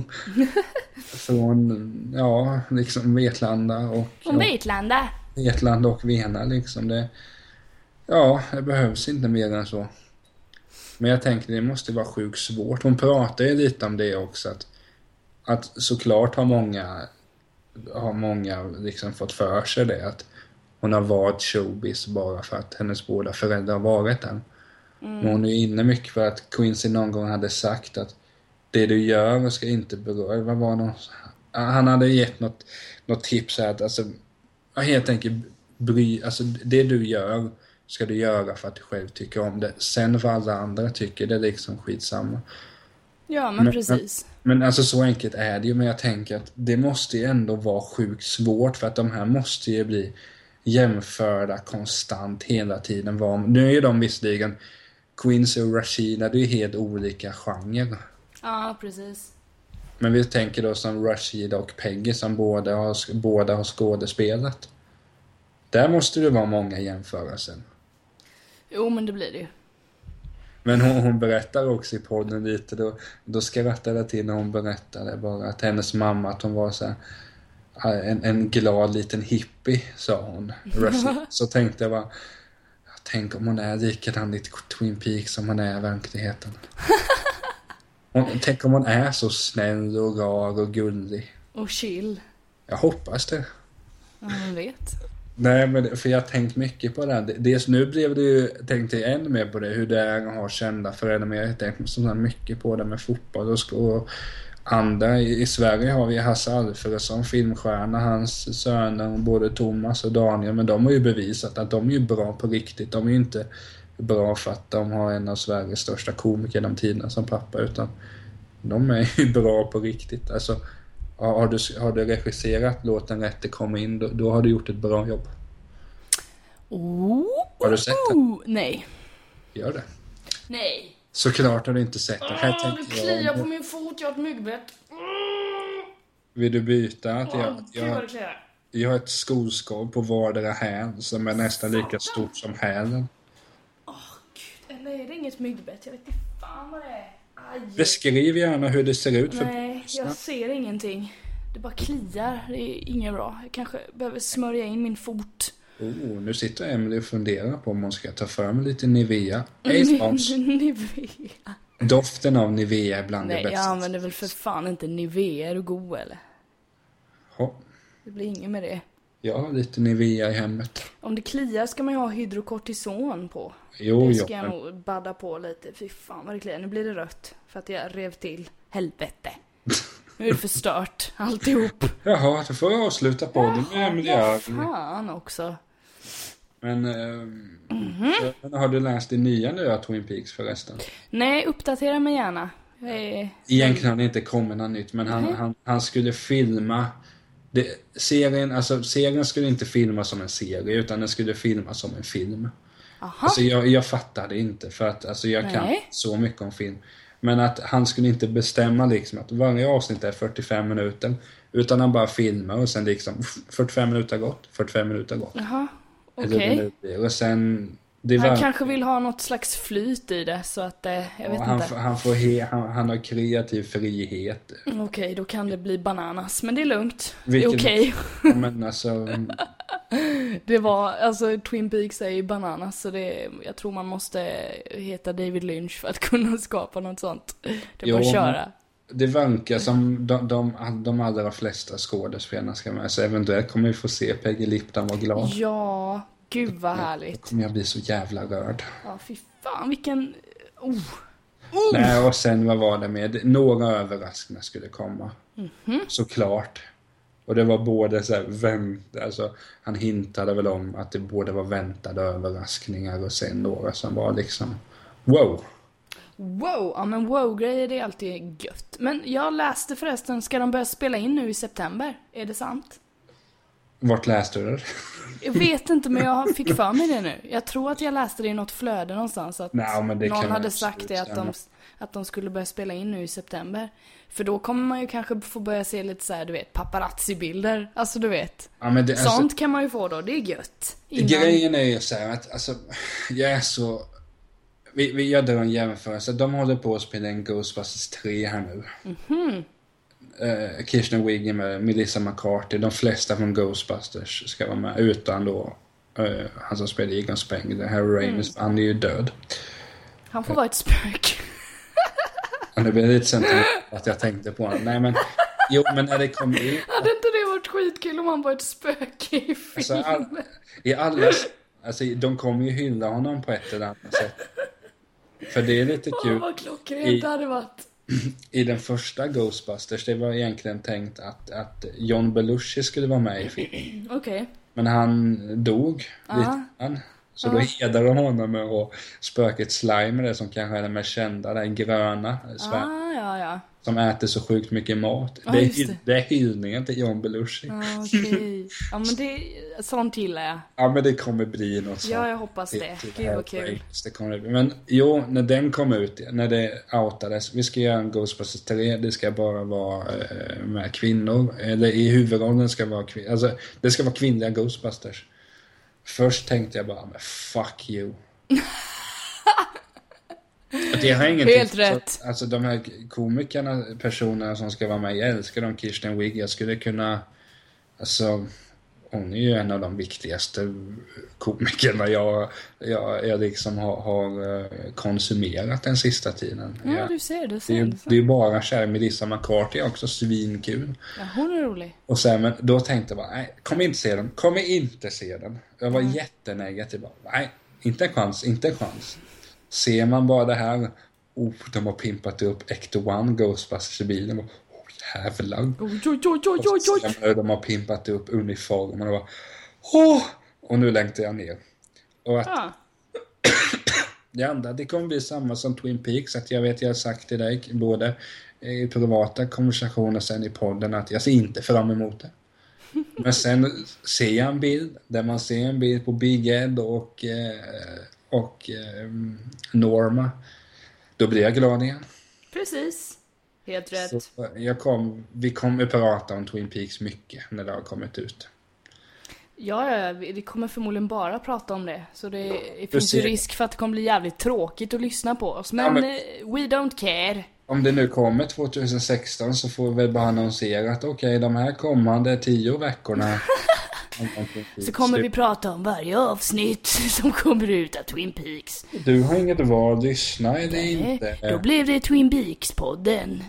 Från, ja, liksom Vetlanda och... Från Vetlanda? Vetlanda och Vena, liksom. Det, ja, det behövs inte mer än så. Men jag tänker det måste vara sjukt svårt. Hon pratar ju lite om det också. Att, att såklart har många, har många liksom fått för sig det. Att hon har varit showbiz bara för att hennes båda föräldrar har varit den. Mm. Men hon är inne mycket för att Quincy någon gång hade sagt att det du gör ska inte beröra. Vad var det? Han hade gett något, något tips här att alltså, helt enkelt bry, alltså det du gör ska du göra för att du själv tycker om det. Sen för alla andra tycker det är liksom skitsamma. Ja, men, men precis. Men, men alltså så enkelt är det ju. Men jag tänker att det måste ju ändå vara sjukt svårt. För att de här måste ju bli jämförda konstant hela tiden. Nu är ju de visserligen Quincy och Rashida, det är ju helt olika genrer. Ja, precis. Men vi tänker då som Rashida och Peggy som båda har, båda har skådespelat. Där måste det vara många jämförelser. Jo, men det blir det ju. Men hon, hon berättar också i podden lite, då, då skrattade jag till när hon berättade bara att hennes mamma, att hon var så här, en, en glad liten hippie, sa hon. Så tänkte jag bara, tänk om hon är likadan lite Twin Peaks som hon är i verkligheten. Hon, tänk om hon är så snäll och rar och gullig. Och chill. Jag hoppas det. Ja, man vet. Nej, men för jag har tänkt mycket på det. Dels nu blev det ju, tänkte jag ännu mer på det, hur det är att ha kända föräldrar. Men jag har tänkt så mycket på det med fotboll och, och andra. I, I Sverige har vi Hasse Alfredson, filmstjärna, hans söner, både Thomas och Daniel. Men de har ju bevisat att de är ju bra på riktigt. De är ju inte bra för att de har en av Sveriges största komiker genom tiderna som pappa, utan de är ju bra på riktigt. Alltså, har du, har du regisserat låten Rätt det kommer in, då, då har du gjort ett bra jobb. Oh, har du sett det? Oh, nej. Gör det. Nej. Såklart har du inte sett det. Här oh, det kliar jag, på min fot, jag har ett myggbett. Mm. Vill du byta? Att oh, jag, jag, jag har ett skoskav på vardera häl som är nästan lika stort som hälen. Åh, oh, gud. Eller är det inget myggbett? Jag vet inte fan vad det är. Aj. Beskriv gärna hur det ser ut. För nej, jag ser ingenting. Det bara kliar. Det är inget bra. Jag kanske behöver smörja in min fot. Oh, nu sitter Emily och funderar på om hon ska ta för mig lite Nivea. Hey, Nivea. Doften av Nivea är bland nej, det bästa. Nej, jag använder väl för fan inte Nivea. Är du god eller? Ja. Det blir inget med det. Jag har lite Nivea i hemmet. Om det kliar ska man ju ha hydrokortison på. Jo, det ska jo, jag men... nog badda på lite. Fy fan vad det kliar. Nu blir det rött. För att jag rev till. Helvete. Nu är det förstört. Alltihop. Jaha, då får jag avsluta på det. Men ja, fan också. Men, eh, mm-hmm. så, har du läst det nya nu av Twin Peaks förresten? Nej, uppdatera mig gärna. Är... Egentligen har det inte kommit något nytt. Men han, mm-hmm. han, han skulle filma... Det, serien, alltså, serien skulle inte filma som en serie, utan den skulle filma som en film. Aha. Alltså jag, jag fattade inte, för att alltså, jag Nej. kan så mycket om film. Men att han skulle inte bestämma liksom att varje avsnitt är fyrtiofem minuter, utan han bara filmar och sen liksom fyrtiofem minuter gått, fyrtiofem minuter gått. Jaha, okej. Okay. Och sen... Det han var... kanske vill ha något slags flyt i det, så att jag ja, vet han, inte. Han, får he, han, han har kreativ frihet. Okej, okay, då kan det bli bananas, men det är lugnt. Vilken... Det är okej. Okay. Ja, men alltså... Det var, alltså Twin Peaks är ju bananas, så det, jag tror man måste heta David Lynch för att kunna skapa något sånt. Det är bara att köra. Det verkar som de, de, de allra flesta skådespelarna ska med, så eventuellt kommer vi få se Peggy Lipton vara glad. Ja, gud vad härligt. Då kommer jag bli så jävla rörd. Ja, fy fan, vilken... Oh. Oh. Nej, och sen vad var det med? Några överraskningar skulle komma. Mm-hmm. Såklart. Och det var både så här, vänt, alltså, han hintade väl om att det både var väntade överraskningar och sen några som var liksom wow. Wow, ja men wow-grejer det är alltid gött. Men jag läste förresten, ska de börja spela in nu i september? Är det sant? Vart läste du det? Jag vet inte, men jag fick för mig det nu. Jag tror att jag läste det i något flöde någonstans. Att Nej, men det någon kan hade sagt det att de, att de skulle börja spela in nu i september. För då kommer man ju kanske få börja se lite så här, du vet, paparazzi-bilder. Alltså du vet. Ja, men det, sånt alltså, kan man ju få då, det är gött. Innan... Grejen är ju så här att alltså, jag är så... Vi, vi gör en jämförelse. De håller på att spela en Ghostbusters tre här nu. Mhm. Uh, Kirsten Wiig med Melissa McCarthy. De flesta från Ghostbusters ska vara med, utan då uh, han som spelar Egon Spengler, Harry Ramis, mm. han är ju död. Han får vara ett spök. Och det blir lite sentimental att jag tänkte på honom. Nej men, jo men när det kom ut... Hade inte det varit skitkul om han var ett spöke i filmen? Alltså, all, i alla, alltså de kommer ju hylla honom på ett eller annat sätt. För det är lite kul. Åh, vad klockrent det hade varit. I den första Ghostbusters, det var egentligen tänkt att, att John Belushi skulle vara med i filmen. Okej. Okay. Men han dog Ah. lite grann. Så Ah. då hedrar de honom med att spöket Slime, det som kanske är den mest kända, den gröna svärd, Ah, ja, ja. som äter så sjukt mycket mat. Ah, det, är, just det. hy- det är hyllningen till John Belushi. Ah, okej. Ja, men det, sånt gillar jag. Ja, men det kommer bli något sånt. Ja, jag hoppas det. Gud vad kul. Det kommer det bli. Men jo, när den kom ut, när det outades, vi ska göra en Ghostbusters tre, det ska bara vara eh, med kvinnor, eller i huvudrollen ska vara kvinnor, alltså det ska vara kvinnliga Ghostbusters. Först tänkte jag bara, men fuck you. Det har ingenting. Helt rätt. Så, alltså de här komikerna, personerna som ska vara med, jag älskar dem, Kirsten Wigg, jag skulle kunna, alltså hon är ju en av de viktigaste komikerna jag, jag, jag liksom har, har konsumerat den sista tiden. Ja, jag, du ser, du det, ser. är, det är bara kär. Melissa McCarthy är också svinkul. Ja, hon är rolig. Och sen, men då tänkte jag bara, nej, kom inte se den. Kom inte se den. Jag var Mm. jättenegativ. Bara, nej, inte en chans, inte en chans. Ser man bara det här, oh, de har pimpat upp Ecto One Ghostbusters i bilen. Och, oh, jävlar. Oj, oj, oj, oj, oj, oj. Och de har pimpat upp uniformen och bara, åh! Och nu längtar jag ner. Och att Ja. det andra, det kommer bli samma som Twin Peaks. Att jag vet, jag har sagt till dig, både i privata konversationer och sen i podden, att jag ser inte fram emot det. Men sen ser jag en bild, där man ser en bild på Big Ed och, eh, och eh, Norma. Då blir jag glad igen. Precis. Helt rätt. Så jag kom, vi kommer prata om Twin Peaks mycket när det har kommit ut. Ja, ja, ja, vi vi kommer förmodligen bara prata om det. Så det, det finns Precis. ju risk för att det kommer bli jävligt tråkigt att lyssna på oss. Men, Ja, men- eh, we don't care. Om det nu kommer tjugohundrasexton så får vi väl bara annonsera att okej, de här kommande tio veckorna Så kommer vi prata om varje avsnitt som kommer ut av Twin Peaks. Du har inget val, lyssna eller Nej, inte. då blev det Twin Peaks-podden.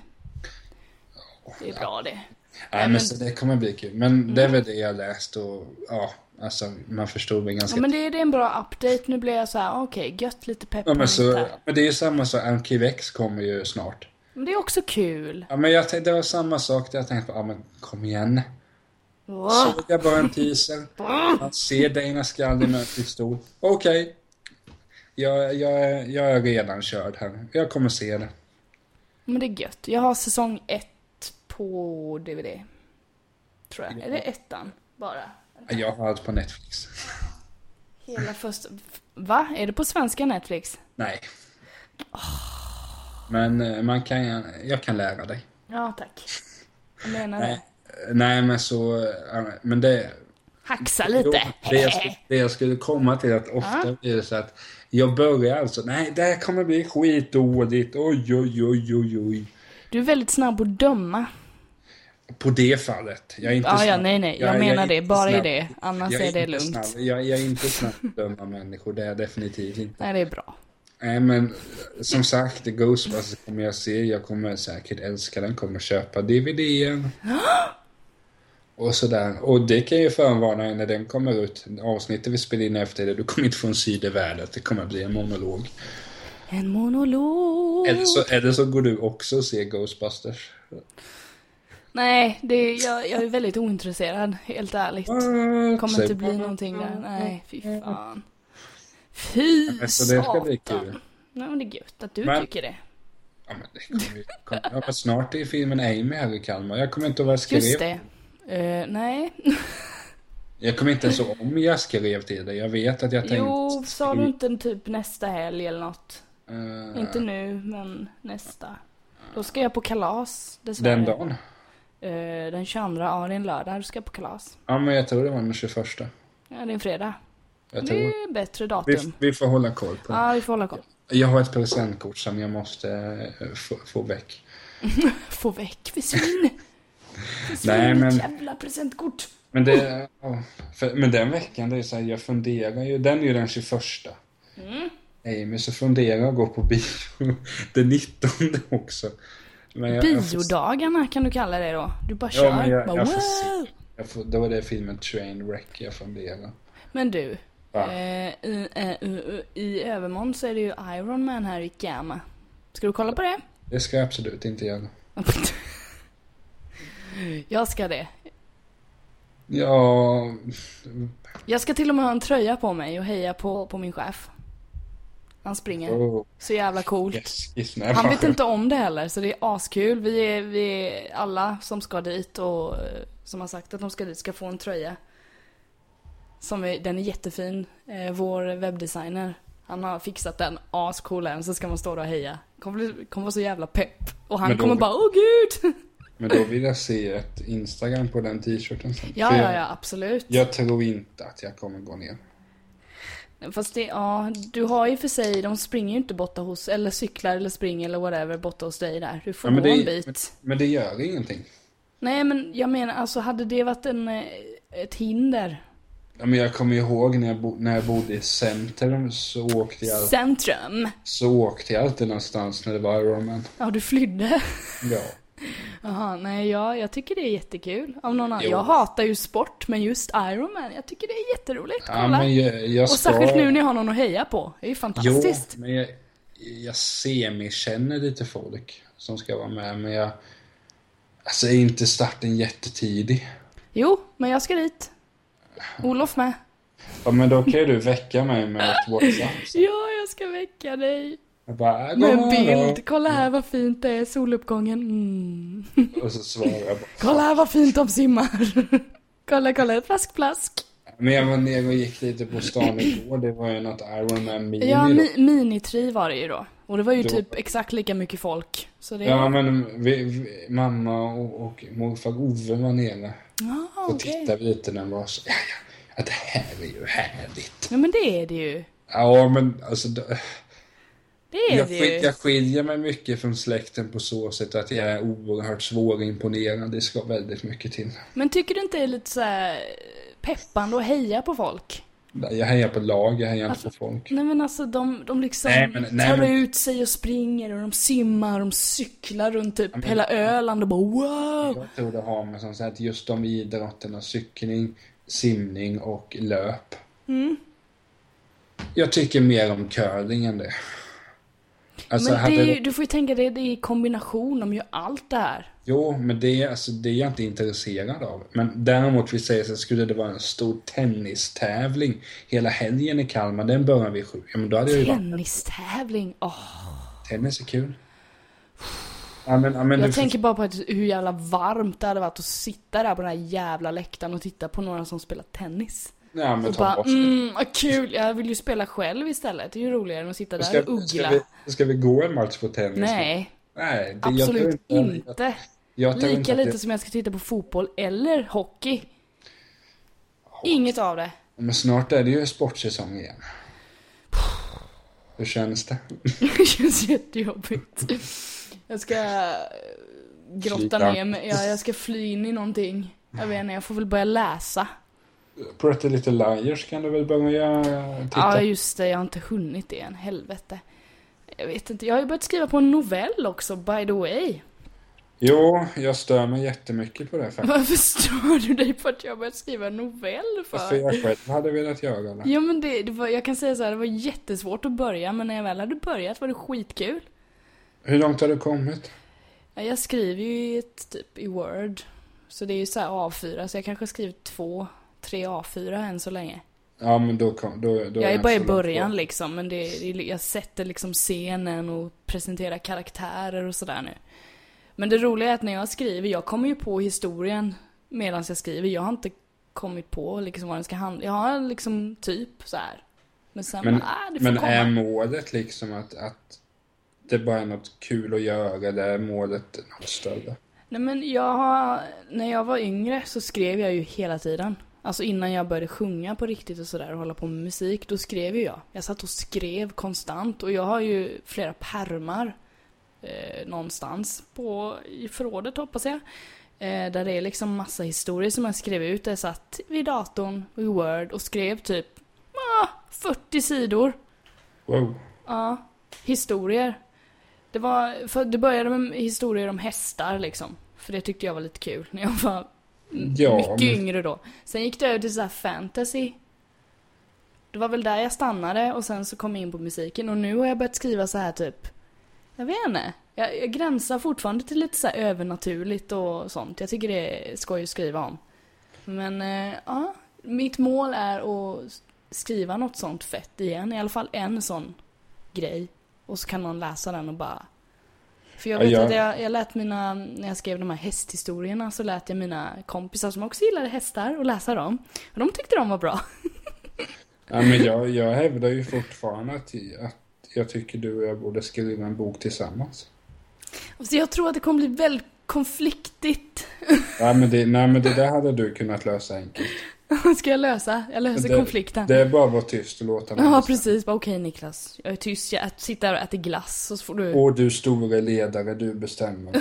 Det är bra det. Nej, Nej, men men- så det kommer bli kul. Men det är väl det jag läst och ja, alltså man förstår väl ganska... Ja, men det, är- det är en bra update. Nu blir jag så här, okej, gött, lite pepp på Ja, men, nytt så, här. men det är ju samma sak, Arkivex kommer ju snart. Men det är också kul. Ja, men jag tänkte, det var samma sak där jag tänkte, ja men kom igen. Åh. Såg jag bara en teaser. Man ser Dana Scully med en pistol. Okej. Jag, jag, är- jag är redan körd här. Jag kommer se det. Men det är gött. Jag har säsong ett på D V D. Tror jag. Eller ettan, bara. Jag har allt på Netflix. Hela första... Va? Är det på svenska Netflix? Nej. Men eh, man kan, jag kan lära dig. Ja, tack. Jag menar Nej, det. nej men så, ja, men det... Haxa Jo, lite. det, jag skulle, det jag skulle komma till att ofta blir det så att jag börjar alltså, nej det här kommer bli skitdåligt, oj oj oj oj oj. Du är väldigt snabb att döma. På det fallet. Jag är inte Ja, snabb. ja, nej, nej. Jag är menar inte det. Bara i snabb. det. Annars Jag är det inte lugnt. snabb. Jag, jag är inte snabb att döma människor, det är jag definitivt inte. Nej, det är bra. Nej, men som sagt, Ghostbusters kommer jag se. Jag kommer säkert älska den, kommer köpa D V D-en. Och sådär. Och det kan jag ju förvarna när den kommer ut. Avsnittet vi spelar in efter det, du kommer inte få en syd i världen. Det kommer bli en monolog. En monolog. Eller så, eller så går du också och ser Ghostbusters. Nej, det är, jag, jag är väldigt ointresserad. Helt ärligt. Det kommer inte bli någonting där. Nej, fy fan. Fy Men så det ska bli satan. kul. Nej, men det är gött att du Men- tycker det. Ja, men det kommer ju... Kom, ja, men snart är filmen Amy här i Kalmar. Jag kommer inte ihåg vad jag skrev. Just det. Uh, nej. Jag kommer inte ens ihåg om jag skrev till dig. Jag vet att jag tänkte... Jo, sa du inte en typ nästa helg eller något? Eh, Inte nu, men nästa. Då ska jag på kalas, dessvärre. Den dagen? Eh, den tjugoandra, ja det är en lördag, du ska på kalas. Ja, men jag tror det var den tjugoförsta. Ja, det är en fredag. Jag Det tror... är bättre vi, datum. vi får hålla koll på det. Ja, vi får hålla koll. Jag har ett presentkort som jag måste eh, få, få väck. Få väck, försvinn. Försvinn, Nej, men- ditt jävla presentkort. Men det... Ja, för, men den veckan, det är så här, jag funderar ju... Den är ju den tjugoförsta. Mm. Amy så funderar jag att gå på bio den nittonde också. Men jag, Biodagarna jag får... kan du kalla det då. Du bara kör. Ja, men jag, bara, jag wow. får se. Jag får, det var det filmen Trainwreck jag funderar. Men du, eh, i, eh, i, i övermorgon så är det ju Iron Man här i Gamma. Ska du kolla på det? Det ska jag absolut inte göra. Jag ska det. Ja... Jag ska till och med ha en tröja på mig och heja på, på min chef. Han springer. Oh. Så jävla coolt. Yes, yes, Han vet inte om det heller, så det är askul. Vi är, vi är alla som ska dit och som har sagt att de ska dit ska få en tröja. Som är, den är jättefin. Eh, vår webbdesigner, han har fixat den ascool än, så ska man stå där och heja. Kommer, kommer vara så jävla pepp. Och han kommer bara, åh gud! Men då vill jag se ett Instagram på den t-shirten sen. Ja, ja, ja, absolut. Jag tror inte att jag kommer gå ner. Fast det, ja, du har ju för sig, de springer ju inte borta hos, eller cyklar eller springer eller whatever borta hos dig där. Du får ja, gå det, en bit. Men, men det gör ingenting. Nej, men jag menar, alltså hade det varit en, ett hinder? Ja, men jag kommer ihåg när jag, bo, när jag bodde i centrum så åkte jag... Centrum? Så åkte jag alltid någonstans när det var Iron Man. Ja, du flydde. Ja. Jaha, nej, ja, jag tycker det är jättekul. Av någon annan. Jag hatar ju sport, men just Iron Man, jag tycker det är jätteroligt. Kolla. Ja, men jag, jag ska... Och särskilt nu när jag har någon att heja på. Det är ju fantastiskt. Jo, men jag, jag semi-känner lite folk som ska vara med, men jag... Alltså, är inte starten jättetidig? Jo, men jag ska dit. Olof med. Ja, men då kan ju du väcka mig med ett WhatsApp. Så. Ja, jag ska väcka dig. Jag bara, med en bild. Kolla här vad fint det är, soluppgången. Mm. Och så svarar jag bara. Kolla här vad fint de simmar. Kolla, kolla, plask, plask. Men jag var ner och gick lite på stan igår. Det var ju något Iron Man mini. Ja, mi- minitri var det ju då. Och det var ju då... typ exakt lika mycket folk. Så det... Ja, men vi, vi, mamma och, och morfar Ove var nere. Ah, och okay. tittade lite när den var så. Ja, ja, att det här är ju härligt. Ja, men det är det ju. Ja, men alltså... Då... Det är jag, det skil, ju. jag skiljer mig mycket från släkten på så sätt att jag är oerhört svårimponerad. Det ska väldigt mycket till. Men tycker du inte det är lite så här peppande att heja på folk? Jag hejar på lag, jag hejar alltså, inte på folk. Nej, men alltså de, de liksom nej, men, nej, tar men... ut sig och springer och de simmar och de cyklar runt typ ja, men... hela Öland och bara wow. Jag tror det har med sånt att just de idrotterna, cykling, simning och löp. Mm. Jag tycker mer om curling än det. Alltså, men det är ju, du får ju tänka det, det är i kombination, de gör allt det här. Jo, men det, alltså, det är jag inte intresserad av. Men däremot vi säger så skulle det vara en stor tennistävling hela helgen i Kalmar, den börjar vi sju. Ja, men då hade jag ju tennistävling, åh. Oh. Tennis är kul. Ja, men, ja, men jag du... tänker bara på att hur jävla varmt det hade varit att sitta där på den här jävla läktaren och titta på några som spelar tennis. Ja, men och bara, mm, vad kul, jag vill ju spela själv istället. Det är ju roligare än att sitta där ska, och uggla. Ska vi, ska vi gå en match på tennis? Nej, Nej det, absolut jag inte. inte. Jag, jag Lika lite det... som jag ska titta på fotboll eller hockey. Oh. Inget av det. Men snart är det ju sportsäsong igen. Hur känns det? Det känns jättejobbigt. Jag ska grotta Flyga. ner mig. Ja, jag ska fly in i någonting. Jag vet inte, jag får väl börja läsa. Pretty Little Liars kan du väl börja titta? Ja, just det. Jag har inte hunnit det än. Helvete. Jag vet inte. Jag har ju börjat skriva på en novell också, by the way. Jo, jag stör mig jättemycket på det faktiskt. Varför stör du dig på att jag har börjat skriva en novell för? För jag själv hade velat göra det. Ja, men det, det var, jag kan säga så här, det var jättesvårt att börja, men när jag väl hade börjat var det skitkul. Hur långt har du kommit? Ja, jag skriver ju i ett typ i Word. Så det är ju så här A fyra, så jag kanske har skrivit två, tre A fyra än så länge. Ja, men då kom, då, då jag är bara i början på. liksom, men det, jag sätter liksom scenen och presenterar karaktärer och sådär nu. Men det roliga är att när jag skriver, jag kommer ju på historien medan jag skriver. Jag har inte kommit på liksom vad den ska handla. Jag har liksom typ så här. Men sen men, bara, ah, det får men komma. är målet liksom att, att det bara är något kul att göra, eller är målet något större? Nej, men jag har, när jag var yngre så skrev jag ju hela tiden. Alltså innan jag började sjunga på riktigt och sådär och hålla på med musik, då skrev ju jag. Jag satt och skrev konstant och jag har ju flera pärmar eh, någonstans på, i förrådet hoppas jag. Eh, där det är liksom massa historier som jag skrev ut. Jag satt vid datorn i Word och skrev typ ah, fyrtio sidor. Wow. Ja, historier. Det var, för det började med historier om hästar liksom. För det tyckte jag var lite kul när jag var Ja, mycket men- yngre då. Sen gick det över till så här fantasy. Det var väl där jag stannade och sen så kom jag in på musiken. Och nu har jag börjat skriva så här typ, jag vet inte. Jag, jag gränsar fortfarande till lite så här övernaturligt och sånt. Jag tycker det är skoj att skriva om. Men eh, ja, mitt mål är att skriva något sånt fett igen. I alla fall en sån grej. Och så kan någon läsa den och bara... För jag vet Ja, jag- att jag, jag lät mina... När jag skrev de här hästhistorierna så lät jag mina kompisar som också gillade hästar och läsa dem. Och de tyckte de var bra. Ja, men jag, jag hävdar ju fortfarande att, att jag tycker du och jag borde skriva en bok tillsammans. Så jag tror att det kommer bli väldigt konfliktigt. Ja, men det, nej, men det där hade du kunnat lösa enkelt. Ska jag lösa? Jag löser det, konflikten. Det är bara att vara tyst och låta någon Ja, bestämma. precis. Bara, okej Niklas, jag är tyst. Jag sitter och äter glass och så får du... Och du store ledare, du bestämmer.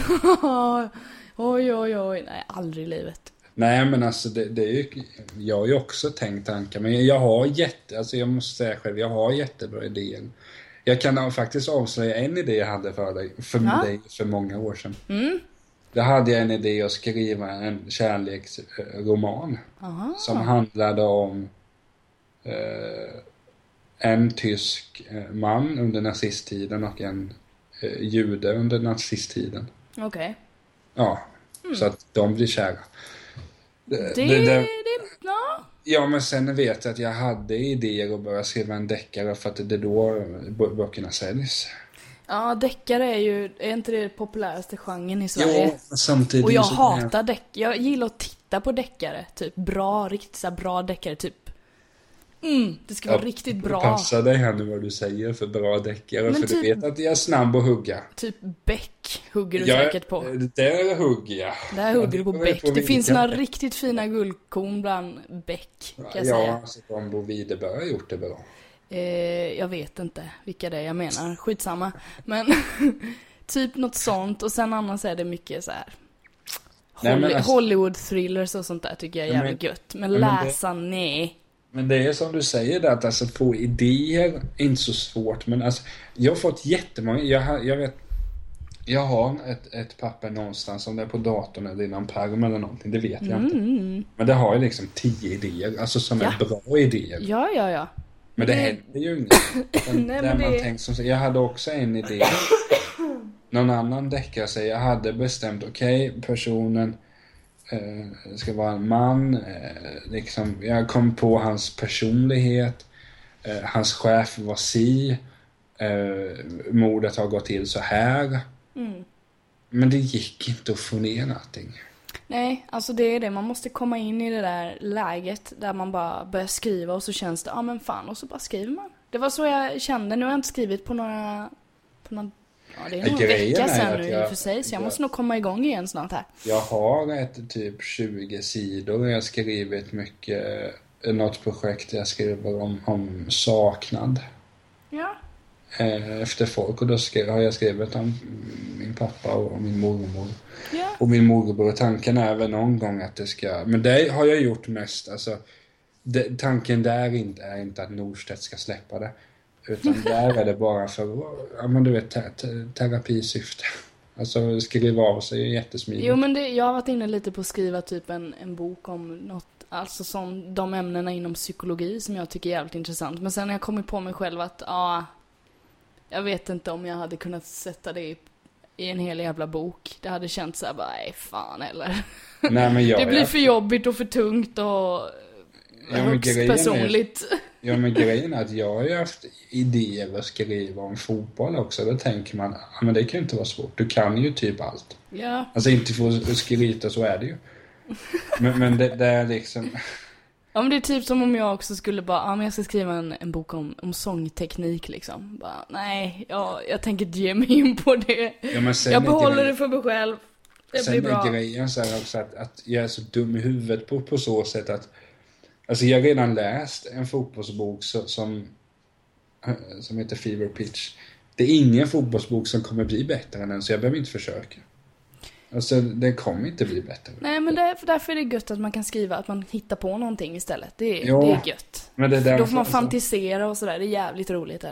Oj, oj, oj. Nej, aldrig i livet. Nej, men alltså det, det är ju, jag har ju också tänkt tankar, men jag har jätte, alltså jag måste säga själv, jag har jättebra idéer. Jag kan faktiskt avslöja en idé jag hade för dig, för Ja. dig för många år sedan. Mm. Då hade jag en idé att skriva en kärleksroman Aha. som handlade om eh, en tysk eh, man under nazisttiden och en eh, jude under nazisttiden. Okej. Ja, så att de blir kära. Det, det, det, ja. Ja, men sen vet jag att jag hade idéer att börja skriva en deckare för att det är då böckerna säljs. Ja, deckare är ju, är inte det populäraste genren i Sverige? Jo, men samtidigt... Och jag så- hatar deck. Jag gillar att titta på deckare. Typ bra, riktigt så här bra deckare. Typ, mm, det ska vara Ja, riktigt bra. Passa dig här nu vad du säger för bra deckare. Men För typ- du vet att jag är snabb att hugga. Typ Beck hugger du Jag- säkert på. Där hugger jag. Där hugger Ja, du på beror ju Beck. på Det finns vilka. några riktigt fina guldkorn bland Beck, kan jag Ja, säga. alltså de Bo Widerberg har gjort det bra. Eh, jag vet inte vilka det är jag menar. Skitsamma. Men typ något sånt. Och sen annars är det mycket så här Nej, men Holly- alltså- Hollywood-thrillers och sånt där tycker jag är Ja, men- jävligt gött. Men ja, men det- läsa, nej. Men det är som du säger där, att alltså få idéer är inte så svårt. Men alltså, jag har fått jättemånga, jag, har, jag vet, jag har ett, ett papper någonstans, om det är på datorn eller i någon pärm eller någonting, det vet jag inte. Mm. Men det har ju liksom tio idéer, alltså som Ja. är bra idéer. Ja, ja, ja. Men det Det- händer ju inget. Men Nej, där men man det- tänkt som, jag hade också en idé. Någon annan deckare säger, jag hade bestämt, okej, okay, personen eh, ska vara en man. Eh, liksom, jag kom på hans personlighet. Eh, hans chef var si. Eh, mordet har gått till så här. Mm. Men det gick inte att få ner någonting. Nej, alltså det är det. Man måste komma in i det där läget där man bara börjar skriva och så känns det, ja men fan, och så bara skriver man. Det var så jag kände. Nu har jag inte skrivit på några... På någon, ja, det är någon Grejen vecka är sedan att nu i jag- och för sig, så jag jag- måste nog komma igång igen snart här. Jag har ett typ tjugo sidor och jag har skrivit mycket, eh, något projekt jag skriver om, om saknad Ja. eh, efter folk, och då skrev, har jag skrivit om min pappa och min mormor Ja. och min morbror. Tanken är väl någon gång att det ska, men det har jag gjort mest, alltså det, tanken där inte, är inte att Norstedt ska släppa det, utan där är det bara för, ja men du vet, te, te, terapisyfte. Alltså skriva av sig är jättesmidigt. Jo, men det, jag har varit inne lite på att skriva typ en, en bok om något, alltså som de ämnena inom psykologi som jag tycker är jävligt intressant. Men sen har jag kommit på mig själv att, ja, jag vet inte om jag hade kunnat sätta det i, i en hel jävla bok. Det hade känts så här, bara, nej fan eller. Nej, men jag, det blir jag- för jobbigt och för tungt och men högst grejen är- personligt. Ja, men grejen är att jag har ju haft idéer att skriva om fotboll också. Då tänker man, ja men det kan ju inte vara svårt. Du kan ju typ allt. Ja. Alltså inte få skryta, så är det ju. Men, men det, det är liksom... Ja, men det är typ som om jag också skulle bara, ja men jag ska skriva en, en bok om, om sångteknik liksom. Bara, nej, ja, jag tänker inte ge mig in på det. Ja, men sen Jag är behåller grejen- det för mig själv. Det Sen blir bra. är grejen så här också att, att jag är så dum i huvudet på, på så sätt att... Alltså jag har redan läst en fotbollsbok så, som, som heter Fever Pitch. Det är ingen fotbollsbok som kommer bli bättre än den, så jag behöver inte försöka. Alltså det kommer inte bli bättre. Nej, men därför, därför är det gött att man kan skriva, att man hittar på någonting istället. Det är, Ja, det är gött. Men det där, Då får man alltså- fantisera och sådär. Det är jävligt roligt där.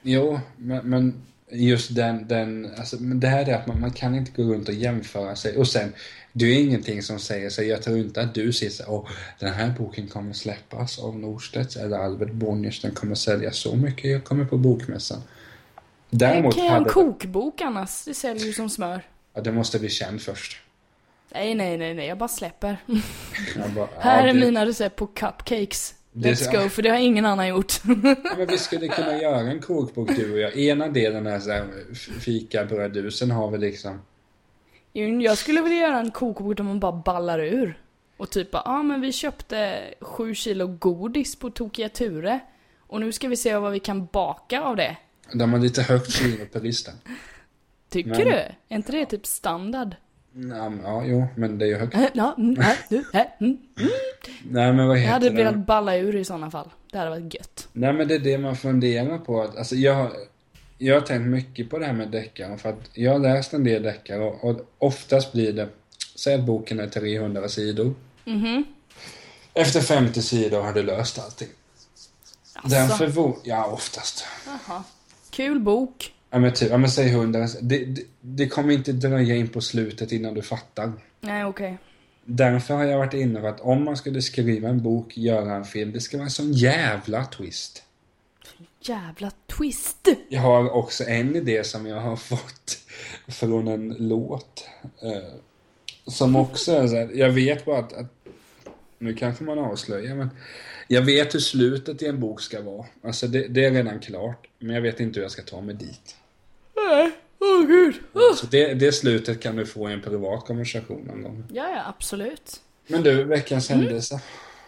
Jo, men, men just den, den alltså, men det här är att man, man kan inte gå runt och jämföra sig. Och sen, det är ingenting som säger sig, jag tror inte att du säger så, åh, den här boken kommer släppas av Norstedts eller Albert Bonniers, den kommer sälja så mycket, jag kommer på bokmässan. Däremot kan jag ha en kokbok annars, det säljer ju som smör. Ja, det måste bli känd först. Nej, nej, nej, nej, jag bara släpper. Jag bara, här ja, är det... mina recept på cupcakes. Let's det... go, för det har ingen annan gjort. Ja, men vi skulle kunna göra en kokbok, du och jag. Ena delen är så här, fika brödusen har vi liksom. Jag skulle vilja göra en kokbok där man bara ballar ur. Och typ, ja ah, men vi köpte sju kilo godis på Tokiga Ture. Och nu ska vi se vad vi kan baka av det. De har lite högt kilo på listan. Tycker men... du? Är inte det typ standard? Ja, ja, jo, men det är ju högt. Ja, mm, här, du, här, mm, mm. Nej, men vad heter jag hade det? velat balla ur i sådana fall. Det hade varit gött. Nej, men det är det man funderar på. Alltså, jag, jag har tänkt mycket på det här med deckare. För att jag har läst en del deckare. Och, och oftast blir det, säg att boken är trehundra sidor. Mhm. Efter femtio sidor har du löst allting. Alltså. Därför vore, ja, oftast. Jaha. Kul bok. Ja, men typ, ja, men säg hundra. Det, det, det kommer inte dröja in på slutet innan du fattar. Nej, okej. Okay. Därför har jag varit inne på att om man skulle skriva en bok, göra en film, det ska vara en sån jävla twist. Jävla twist. Jag har också en idé som jag har fått från en låt. Eh, som också är så här, jag vet bara att, att nu kanske man avslöjar, men jag vet hur slutet i en bok ska vara. Alltså det, det är redan klart, men jag vet inte hur jag ska ta mig dit. Nej, åh oh, gud. Oh. Så det, det slutet kan du få i en privat konversation någon gång. Ja, ja, absolut. Men du, veckans mm. händelse.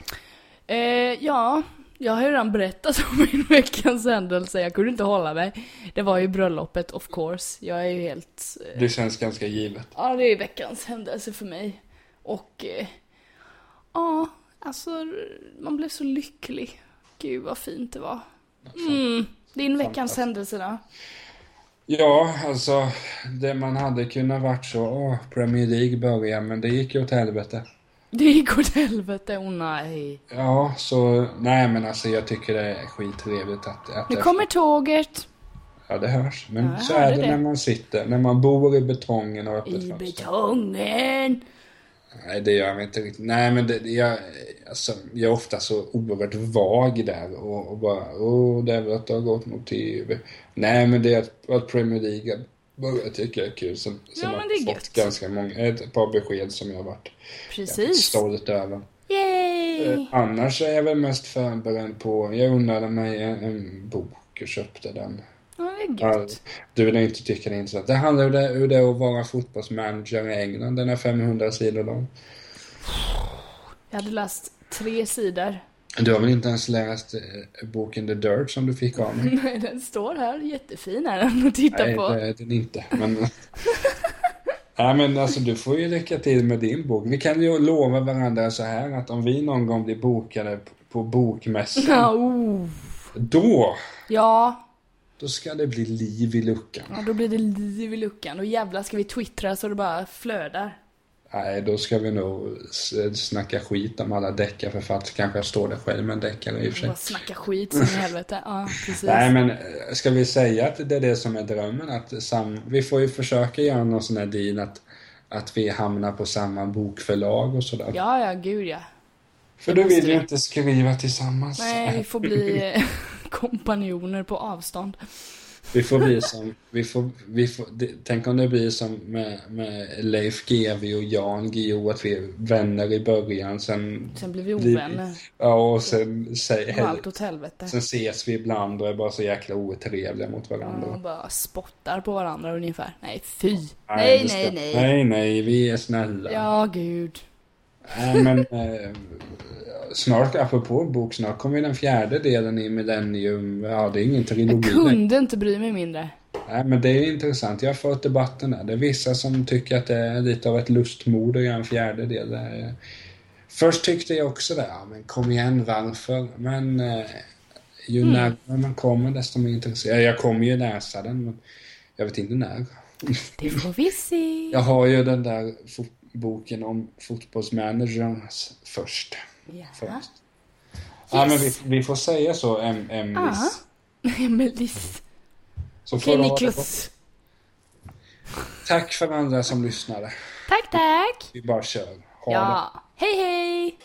Eh, ja, jag har ju redan berättat om min veckans händelse. Jag kunde inte hålla mig. Det var ju bröllopet, of course. Jag är ju helt... Eh... Det känns ganska givet. Ja, det är veckans händelse för mig. Och... Eh, ja, alltså... Man blev så lycklig. Gud, vad fint det var. Mm, din veckans händelse då? Ja, alltså... Det man hade kunnat varit så... Åh, Premier League börjar, men det gick ju åt helvete. Det gick åt helvete, åh oh, nej. Ja, så... Nej, men alltså jag tycker det är skittrevligt att... att nu kommer efter... tåget. Ja, det hörs. Men ja, så är det, det när man sitter. När man bor i betongen och öppet I fönster. betongen! Nej, det gör jag inte riktigt. Nej, men det, jag, alltså, jag är ofta så oerhört vag där. Och, och bara, åh, det är väl att det har gått mot T V. Nej, men det är att, att Premier League... Jag tycker det är kul. Som, som ja, har det är fått gött. ganska många, ett par besked som jag har varit Precis. stolt över. Yay! Eh, annars är jag väl mest förberedd på, jag unnade mig en, en bok och köpte den. Ja, det är gött. Ja, du vill inte tycka det är intressant. Det handlar om det, hur det är att vara fotbollsmanager i England. Den är femhundra sidor lång. Jag hade läst tre sidor. Du har väl inte ens läst eh, boken The Dirt som du fick av mig? Nej, den står här. Jättefin är den att titta Nej, på. Nej, det är den inte. Men... Nej, men alltså du får ju lycka till med din bok. Vi kan ju lova varandra så här att om vi någon gång blir bokade på bokmässan. Ja, oh. Då... Ja. Då ska det bli liv i luckan. Ja, då blir det liv i luckan. Och jävla ska vi twittra så det bara flödar. Nej, då ska vi nog snacka skit om alla deckarförfattare. Kanske jag står där själv med en deckare i och för sig. Bara snacka skit som i helvete. Ja, precis. Nej, men ska vi säga att det är det som är drömmen? Att sam... Vi får ju försöka göra någon sån här deal att, att vi hamnar på samma bokförlag och sådär. Ja, ja, gud ja. För då vill vi inte skriva tillsammans. Nej, vi får bli kompanjoner på avstånd. Vi får bli som, vi får, vi får, det, tänk om det blir som med, med Leif G W och Jan Guillou, att vi är vänner i början, sen, sen blir vi ovänner. Ja, och sen, säg, allt åt helvete. Sen ses vi ibland och är bara så jäkla otrevliga mot varandra. Ja, bara spottar på varandra ungefär. Nej, fy. Nej, nej, nej, ska, nej. Nej, nej, vi är snälla. Ja, gud. Nej, men eh, snart, apropå bok, snart kommer den fjärde delen i Millennium. Ja, det är ingen trilogi. Jag kunde inte bry mig mindre. Nej, men det är intressant. Jag har fått debatten där. Det är vissa som tycker att det är lite av ett lustmord i en fjärde del. Där. Först tyckte jag också det. Ja, men kom igen, varför? Men eh, ju mm. närmare man kommer, desto mer intresserad. Jag kommer ju läsa den, men jag vet inte när. Det får vi se. Jag har ju den där fot- boken om fotbollsmanagers först. Ja. Först. Yes. Ja, men vi, vi får säga så, em, Emilis. Emilis. Så Okej, får du ha Niklas. det. Tack för andra som lyssnade. Tack, tack. Vi bara kör. Ha det. Ja. Hej, hej.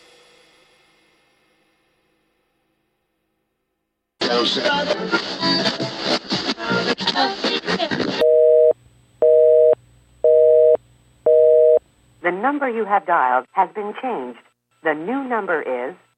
The number you have dialed has been changed. The new number is